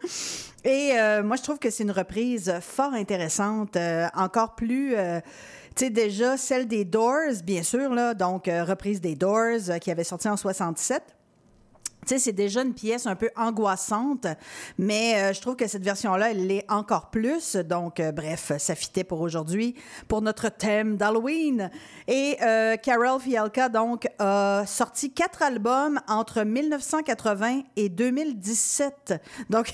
Et euh, moi, je trouve que c'est une reprise fort intéressante, euh, encore plus... Euh, tu sais, déjà, celle des Doors, bien sûr, là, donc euh, reprise des Doors euh, qui avait sorti en soixante-sept. Tu sais, c'est déjà une pièce un peu angoissante, mais euh, je trouve que cette version-là, elle l'est encore plus. Donc, euh, bref, ça fitait pour aujourd'hui, pour notre thème d'Halloween. Et euh, Carol Fialka, donc, a sorti quatre albums entre dix-neuf cent quatre-vingts et deux mille dix-sept. Donc,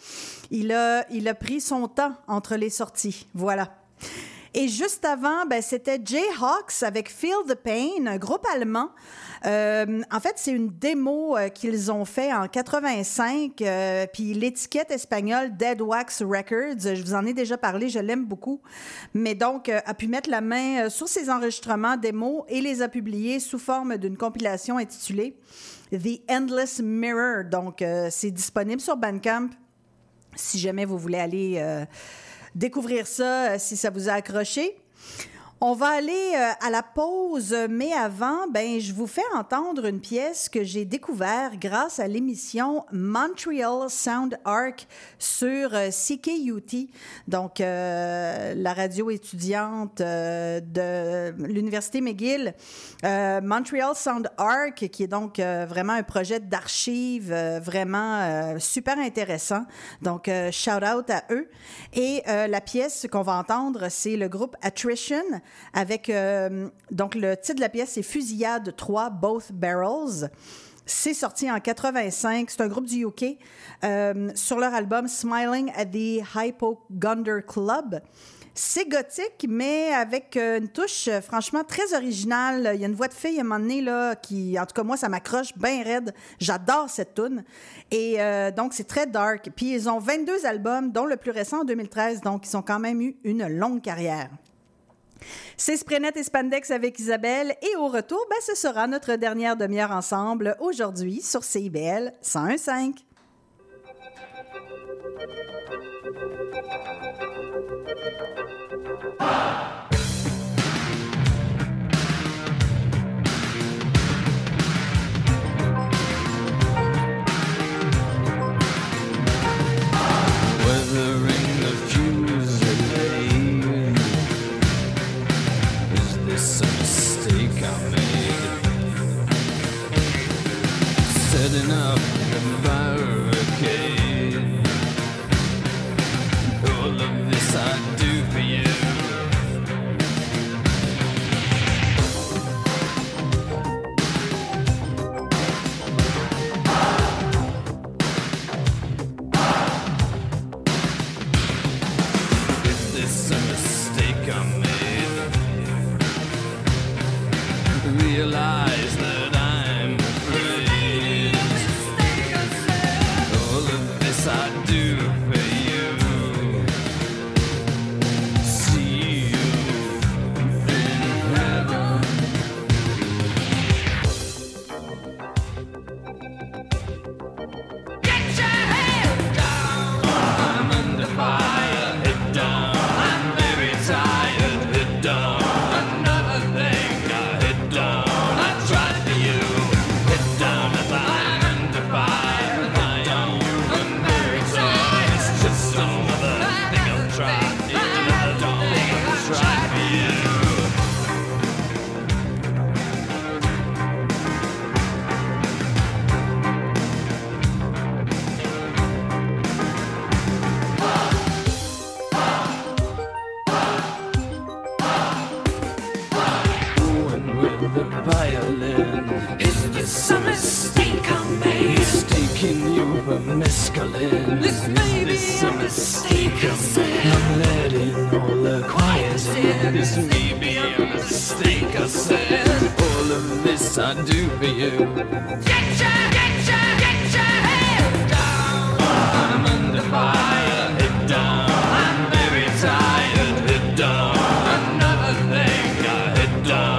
il a, il a pris son temps entre les sorties. Voilà. Et juste avant, ben, c'était Jayhawks avec Feel the Pain, un groupe allemand. Euh, en fait, c'est une démo euh, qu'ils ont fait en quatre-vingt-cinq, euh, puis l'étiquette espagnole Dead Wax Records, je vous en ai déjà parlé, je l'aime beaucoup, mais donc euh, a pu mettre la main euh, sur ces enregistrements démos et les a publiés sous forme d'une compilation intitulée The Endless Mirror. Donc, euh, c'est disponible sur Bandcamp si jamais vous voulez aller euh, découvrir ça, euh, si ça vous a accroché. On va aller euh, à la pause, mais avant, ben, je vous fais entendre une pièce que j'ai découverte grâce à l'émission Montreal Sound Arc sur euh, C K U T, donc euh, la radio étudiante euh, de l'Université McGill. Euh, Montreal Sound Arc, qui est donc euh, vraiment un projet d'archives euh, vraiment euh, super intéressant. Donc, euh, shout out à eux. Et euh, la pièce qu'on va entendre, c'est le groupe Attrition, avec, euh, donc le titre de la pièce, c'est Fusillade trois, Both Barrels. C'est sorti en quatre-vingt-cinq. C'est un groupe du U K euh, sur leur album Smiling at the Hypochonder Club. C'est gothique, mais avec une touche euh, franchement très originale. Il y a une voix de fille à un moment donné, là, qui, en tout cas, moi, ça m'accroche bien raide. J'adore cette toune. Et euh, donc, c'est très dark. Puis, ils ont vingt-deux albums, dont le plus récent en deux mille treize. Donc, ils ont quand même eu une longue carrière. C'est Spraynet et Spandex avec Isabelle. Et au retour, ben, ce sera notre dernière demi-heure ensemble aujourd'hui sur C I B L cent un virgule cinq. Weathering the fuselage. Is this a mistake I made? Setting up the barricade. All of this I do for you. Realize that I'm afraid. All of this I do for you. See you in heaven. Get your head down. I'm under fire. Head down. I'm very tired. Head down. Another thing. The violin. Is this a mistake I made? Mistaking you for mescaline. This may be a mistake I made. I'm letting all the choirs in. This may be a mistake I said. All of this I do for you. Get your, get your, get your head down. I'm under fire. Head down. I'm very tired. Head down. Another thing. Head down.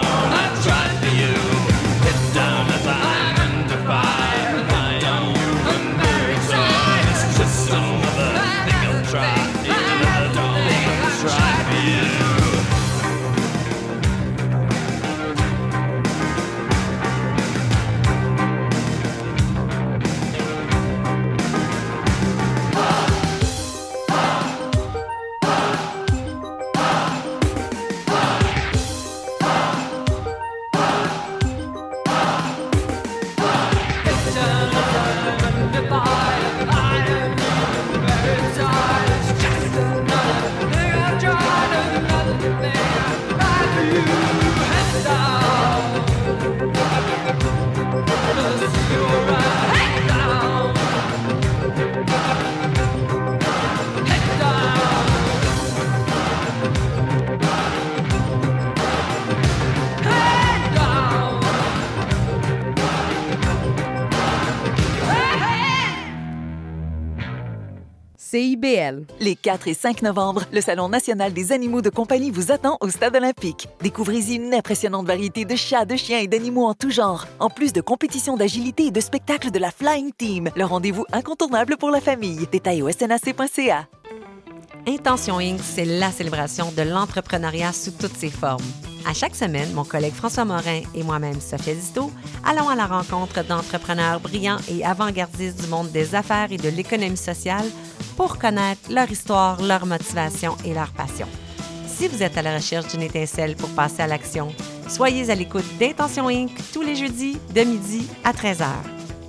C I B L. Les quatre et cinq novembre, le Salon national des animaux de compagnie vous attend au Stade olympique. Découvrez-y une impressionnante variété de chats, de chiens et d'animaux en tout genre, en plus de compétitions d'agilité et de spectacles de la Flying Team, le rendez-vous incontournable pour la famille. Détails au s n a c point c a. Intention Incorporée, c'est la célébration de l'entrepreneuriat sous toutes ses formes. À chaque semaine, mon collègue François Morin et moi-même, Sophia Zisto, allons à la rencontre d'entrepreneurs brillants et avant-gardistes du monde des affaires et de l'économie sociale pour connaître leur histoire, leur motivation et leur passion. Si vous êtes à la recherche d'une étincelle pour passer à l'action, soyez à l'écoute d'Intention Incorporée tous les jeudis de midi à treize heures.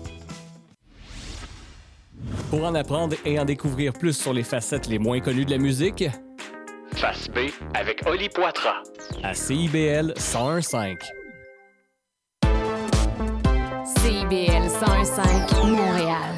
Pour en apprendre et en découvrir plus sur les facettes les moins connues de la musique, Face B avec Oli Poitras à C I B L cent un virgule cinq. C I B L cent un virgule cinq Montréal.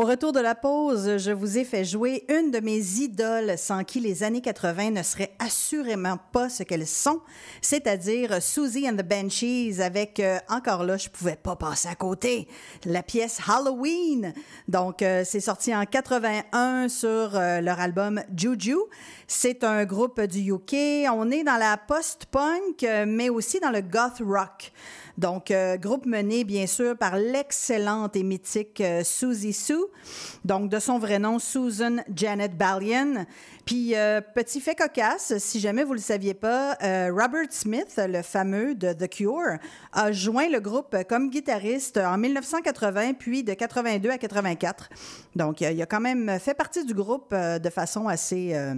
retour de la pause, je vous ai fait jouer une de mes idoles sans qui les années quatre-vingt ne seraient assurément pas ce qu'elles sont, c'est-à-dire Susie and the Banshees avec, euh, encore là, je pouvais pas passer à côté, la pièce Halloween. Donc, euh, c'est sorti en quatre-vingt-un sur euh, leur album Juju. C'est un groupe du U K. On est dans la post-punk, euh, mais aussi dans le goth rock. Donc, euh, groupe mené, bien sûr, par l'excellente et mythique euh, Susie Sue, donc de son vrai nom, Susan Janet Ballion. Puis, euh, petit fait cocasse, si jamais vous ne le saviez pas, euh, Robert Smith, le fameux de The Cure, a joint le groupe comme guitariste en dix-neuf cent quatre-vingts, puis de quatre-vingt-deux à quatre-vingt-quatre. Donc, il a quand même fait partie du groupe euh, de façon assez... Euh,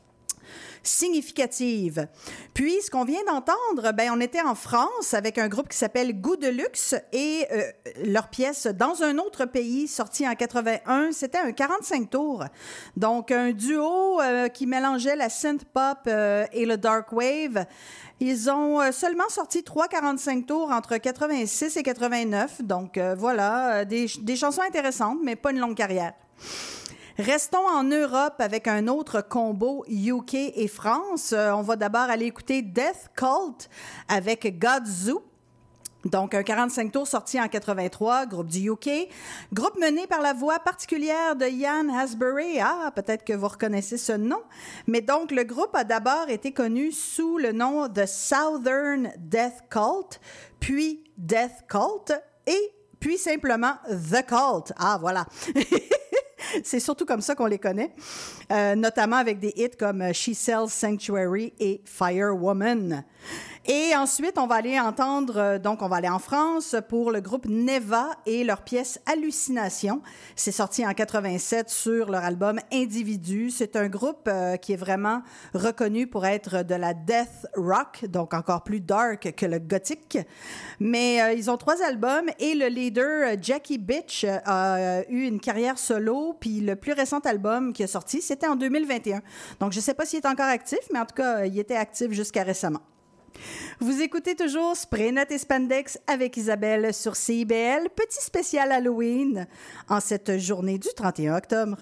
significative. Puis, ce qu'on vient d'entendre, ben, on était en France avec un groupe qui s'appelle Goût de Luxe et euh, leur pièce Dans un autre pays, sortie en quatre-vingt-un, c'était un quarante-cinq tours. Donc, un duo euh, qui mélangeait la synth-pop euh, et le dark wave. Ils ont euh, seulement sorti trois quarante-cinq tours entre quatre-vingt-six et quatre-vingt-neuf. Donc, euh, voilà, euh, des, des chansons intéressantes, mais pas une longue carrière. Restons en Europe avec un autre combo U K et France. Euh, on va d'abord aller écouter Death Cult avec Godzoo. Donc, un quarante-cinq tours sorti en quatre-vingt-trois, groupe du U K. Groupe mené par la voix particulière de Ian Astbury. Ah, peut-être que vous reconnaissez ce nom. Mais donc, le groupe a d'abord été connu sous le nom de Southern Death Cult, puis Death Cult et puis simplement The Cult. Ah, voilà. C'est surtout comme ça qu'on les connaît, euh, notamment avec des hits comme She Sells Sanctuary et Firewoman. Et ensuite, on va aller entendre, euh, donc on va aller en France pour le groupe Neva et leur pièce Hallucination. C'est sorti en quatre-vingt-sept sur leur album Individu. C'est un groupe euh, qui est vraiment reconnu pour être de la death rock, donc encore plus dark que le gothique. Mais euh, ils ont trois albums et le leader Jackie Bitch a euh, eu une carrière solo. Puis le plus récent album qui est sorti, c'était en deux mille vingt et un. Donc je ne sais pas s'il est encore actif, mais en tout cas, il était actif jusqu'à récemment. Vous écoutez toujours Spray Net et Spandex avec Isabelle sur C I B L, petit spécial Halloween en cette journée du trente et un octobre.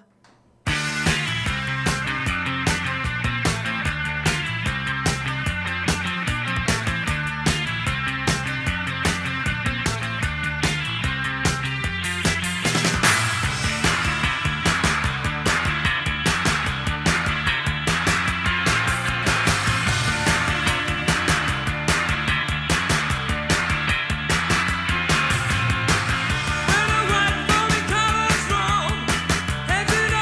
Every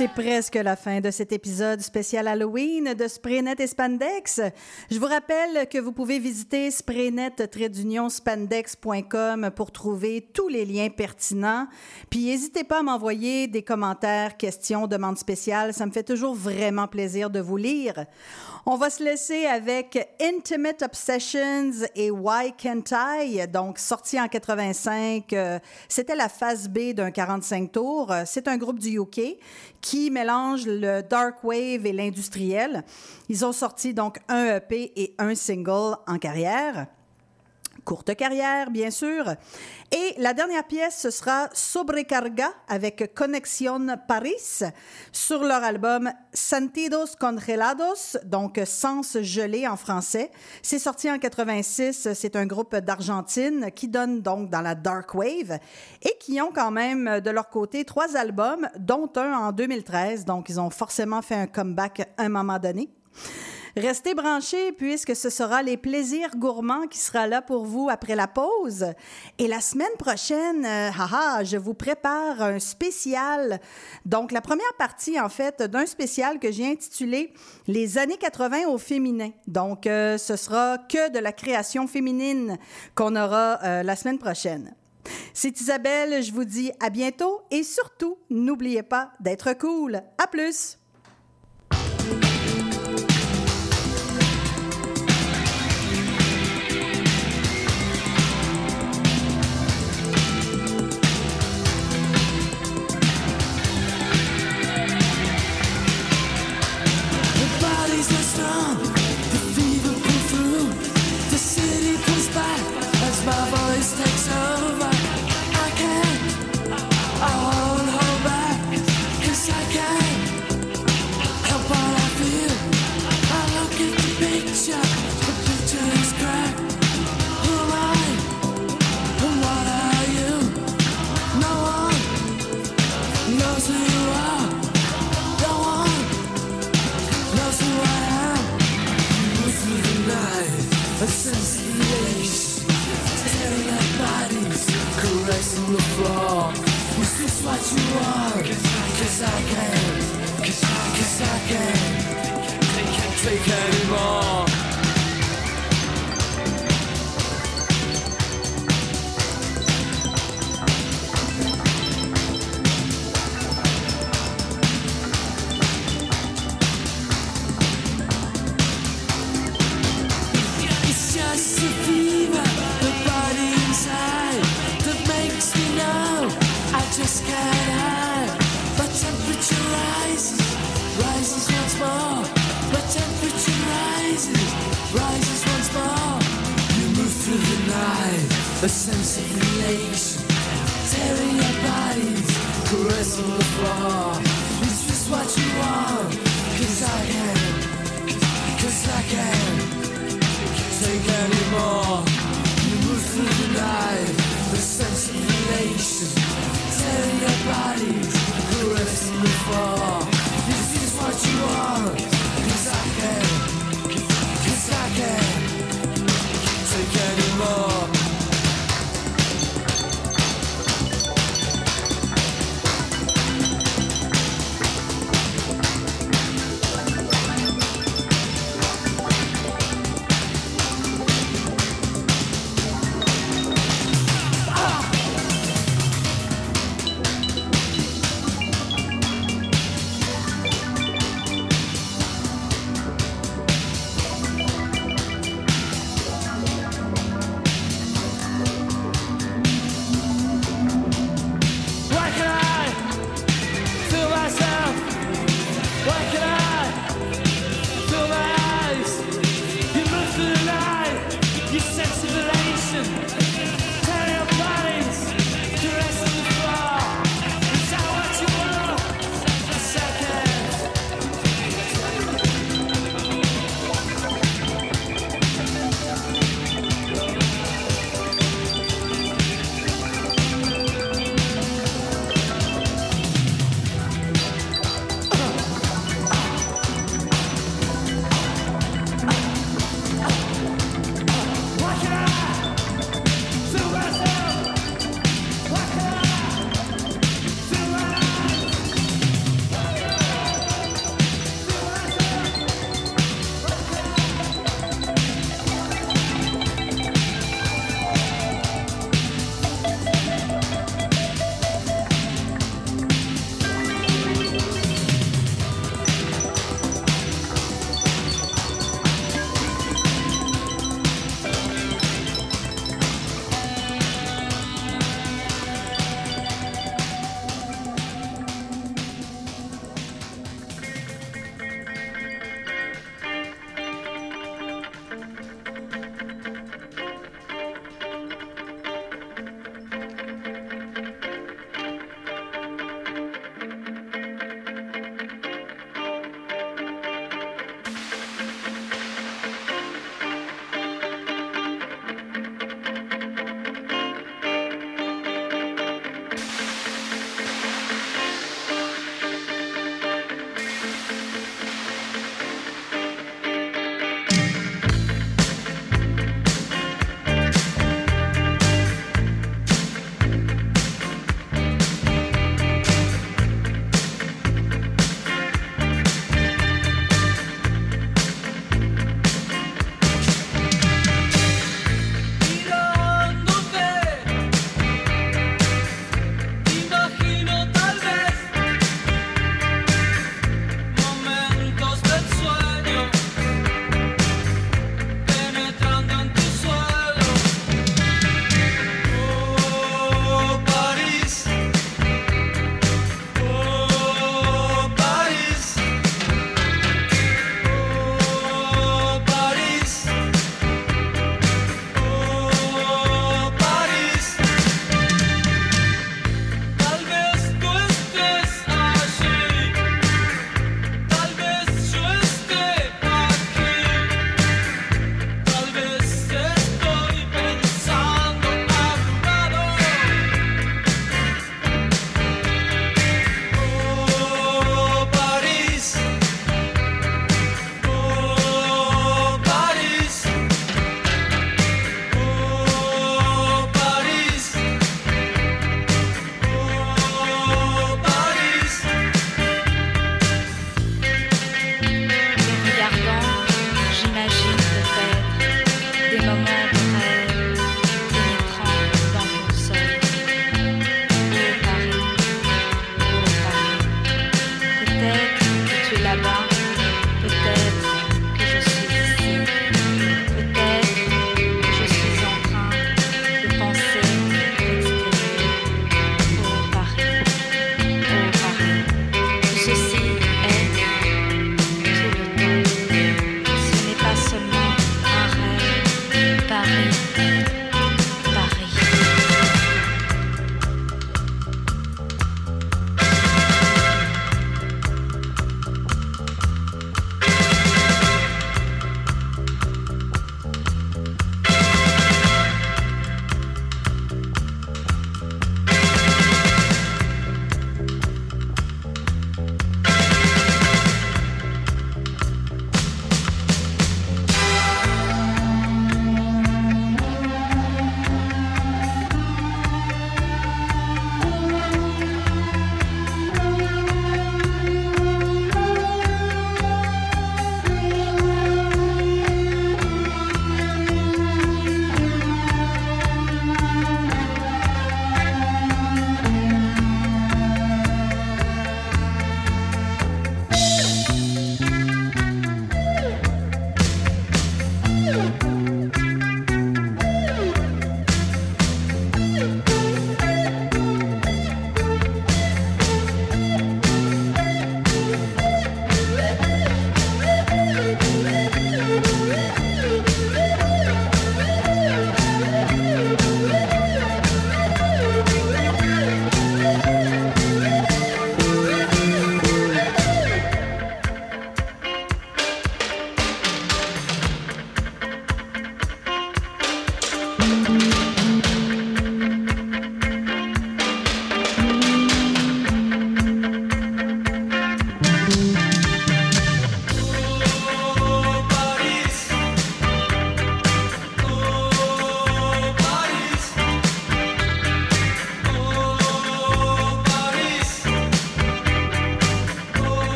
C'est presque la fin de cet épisode spécial Halloween de Spraynet et Spandex. Je vous rappelle que vous pouvez visiter spraynet tiret spandex point com pour trouver tous les liens pertinents. Puis n'hésitez pas à m'envoyer des commentaires, questions, demandes spéciales. Ça me fait toujours vraiment plaisir de vous lire. On va se laisser avec Intimate Obsessions et Why Can't I? Donc, sorti en quatre-vingt-cinq. Euh, c'était la phase B d'un quarante-cinq tours. C'est un groupe du U K qui mélange le dark wave et l'industriel. Ils ont sorti donc un E P et un single en carrière. Courte carrière, bien sûr. Et la dernière pièce, ce sera Sobrecarga avec Conexión Paris sur leur album Sentidos Congelados, donc Sens gelés en français. C'est sorti en quatre-vingt-six. C'est un groupe d'Argentine qui donne donc dans la dark wave et qui ont quand même de leur côté trois albums, dont un en deux mille treize. Donc, ils ont forcément fait un comeback à un moment donné. Restez branchés puisque ce sera les plaisirs gourmands qui sera là pour vous après la pause. Et la semaine prochaine, euh, haha, je vous prépare un spécial. Donc, la première partie, en fait, d'un spécial que j'ai intitulé « Les années quatre-vingt au féminin ». Donc, euh, ce sera que de la création féminine qu'on aura euh, la semaine prochaine. C'est Isabelle, je vous dis à bientôt et surtout, n'oubliez pas d'être cool. À plus! My voice takes over. I can't, I won't hold back, 'cause I can't help what I feel. I look at the picture, the picture is cracked. Who am I? And what are you? No one knows who you are. No one knows who I am. Move through the night, a sense of release. Tearing at bodies, caressing the floor. Is this what you want? 'Cause I can't, 'cause I can't take anymore. It's just a fever, the body inside that makes me know I just can't hide. But temperature rises, rises once more. But temperature rises, rises once more. You move through the night, a sense of elation, tearing your bodies, caressing the floor. Is this what you want? 'Cause I can't, 'cause I can't take anymore. You move through the night, a sense of elation, tearing your bodies, caressing the floor. Is this what you want? 'Cause I can't, 'cause I can't take anymore.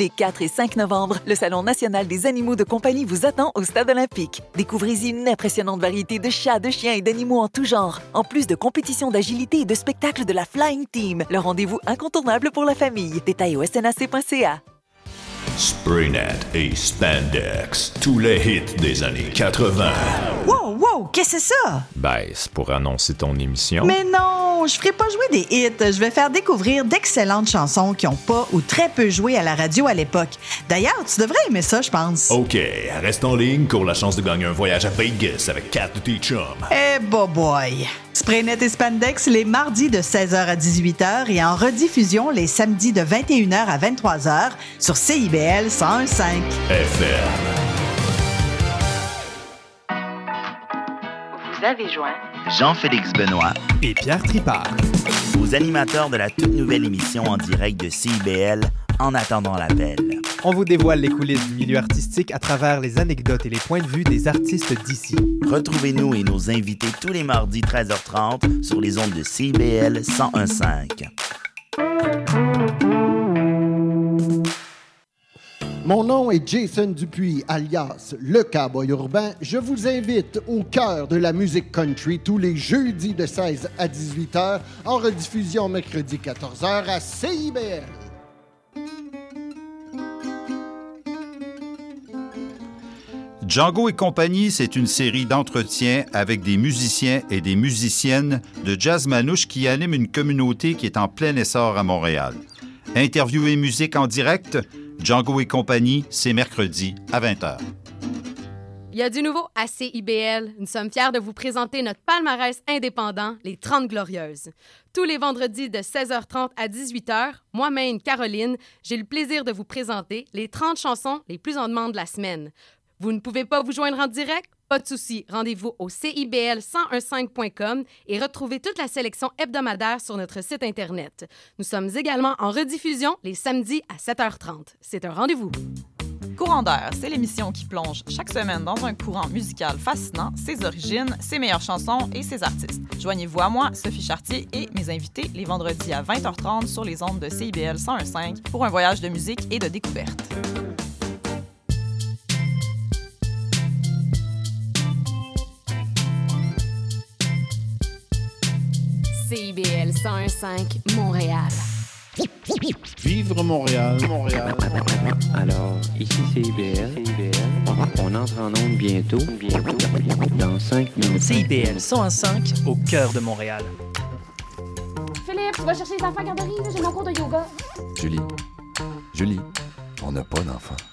Les quatre et cinq novembre, le Salon national des animaux de compagnie vous attend au Stade olympique. Découvrez-y une impressionnante variété de chats, de chiens et d'animaux en tout genre, en plus de compétitions d'agilité et de spectacles de la Flying Team. Le rendez-vous incontournable pour la famille. Détails au s n a c point c a. Spraynet et Spandex, tous les hits des années quatre-vingt. Wow, wow, qu'est-ce que c'est ça? Ben, c'est pour annoncer ton émission. Mais non, je ferai pas jouer des hits. Je vais faire découvrir d'excellentes chansons qui ont pas ou très peu joué à la radio à l'époque. D'ailleurs, tu devrais aimer ça, je pense. OK, reste en ligne pour la chance de gagner un voyage à Vegas avec quatre de tes chums. Eh, bah boy! Spraynet et Spandex les mardis de seize heures à dix-huit heures et en rediffusion les samedis de vingt et une heures à vingt-trois heures sur C I B L cent un virgule cinq. F M. Vous avez joint Jean-Félix Benoît et Pierre Tripart, aux animateurs de la toute nouvelle émission en direct de C I B L En attendant l'appel. On vous dévoile les coulisses du milieu artistique à travers les anecdotes et les points de vue des artistes d'ici. Retrouvez-nous et nos invités tous les mardis treize heures trente sur les ondes de C I B L cent un virgule cinq. Mon nom est Jason Dupuis, alias Le Cowboy Urbain. Je vous invite au cœur de la musique country tous les jeudis de seize à dix-huit heures, en rediffusion mercredi quatorze heures à C I B L. Django et compagnie, c'est une série d'entretiens avec des musiciens et des musiciennes de jazz manouche qui animent une communauté qui est en plein essor à Montréal. Interview et musique en direct, Django et compagnie, c'est mercredi à vingt heures. Il y a du nouveau à C I B L. Nous sommes fiers de vous présenter notre palmarès indépendant, les trente Glorieuses. Tous les vendredis de seize heures trente à dix-huit heures, moi-même, Caroline, j'ai le plaisir de vous présenter les trente chansons les plus en demande de la semaine. Vous ne pouvez pas vous joindre en direct? Pas de souci. Rendez-vous au C I B L cent un virgule cinq point com et retrouvez toute la sélection hebdomadaire sur notre site Internet. Nous sommes également en rediffusion les samedis à sept heures trente. C'est un rendez-vous. Courant d'air, c'est l'émission qui plonge chaque semaine dans un courant musical fascinant, ses origines, ses meilleures chansons et ses artistes. Joignez-vous à moi, Sophie Chartier, et mes invités les vendredis à vingt heures trente sur les ondes de C I B L cent un virgule cinq pour un voyage de musique et de découverte. C I B L cent un virgule cinq, Montréal. Vivre Montréal, Montréal. Alors, ici C I B L. C I B L. On entre en onde bientôt, bientôt, dans cinq minutes. C I B L cent un virgule cinq, au cœur de Montréal. Philippe, tu vas chercher les enfants à la garderie, j'ai mon cours de yoga. Julie, Julie, on n'a pas d'enfants.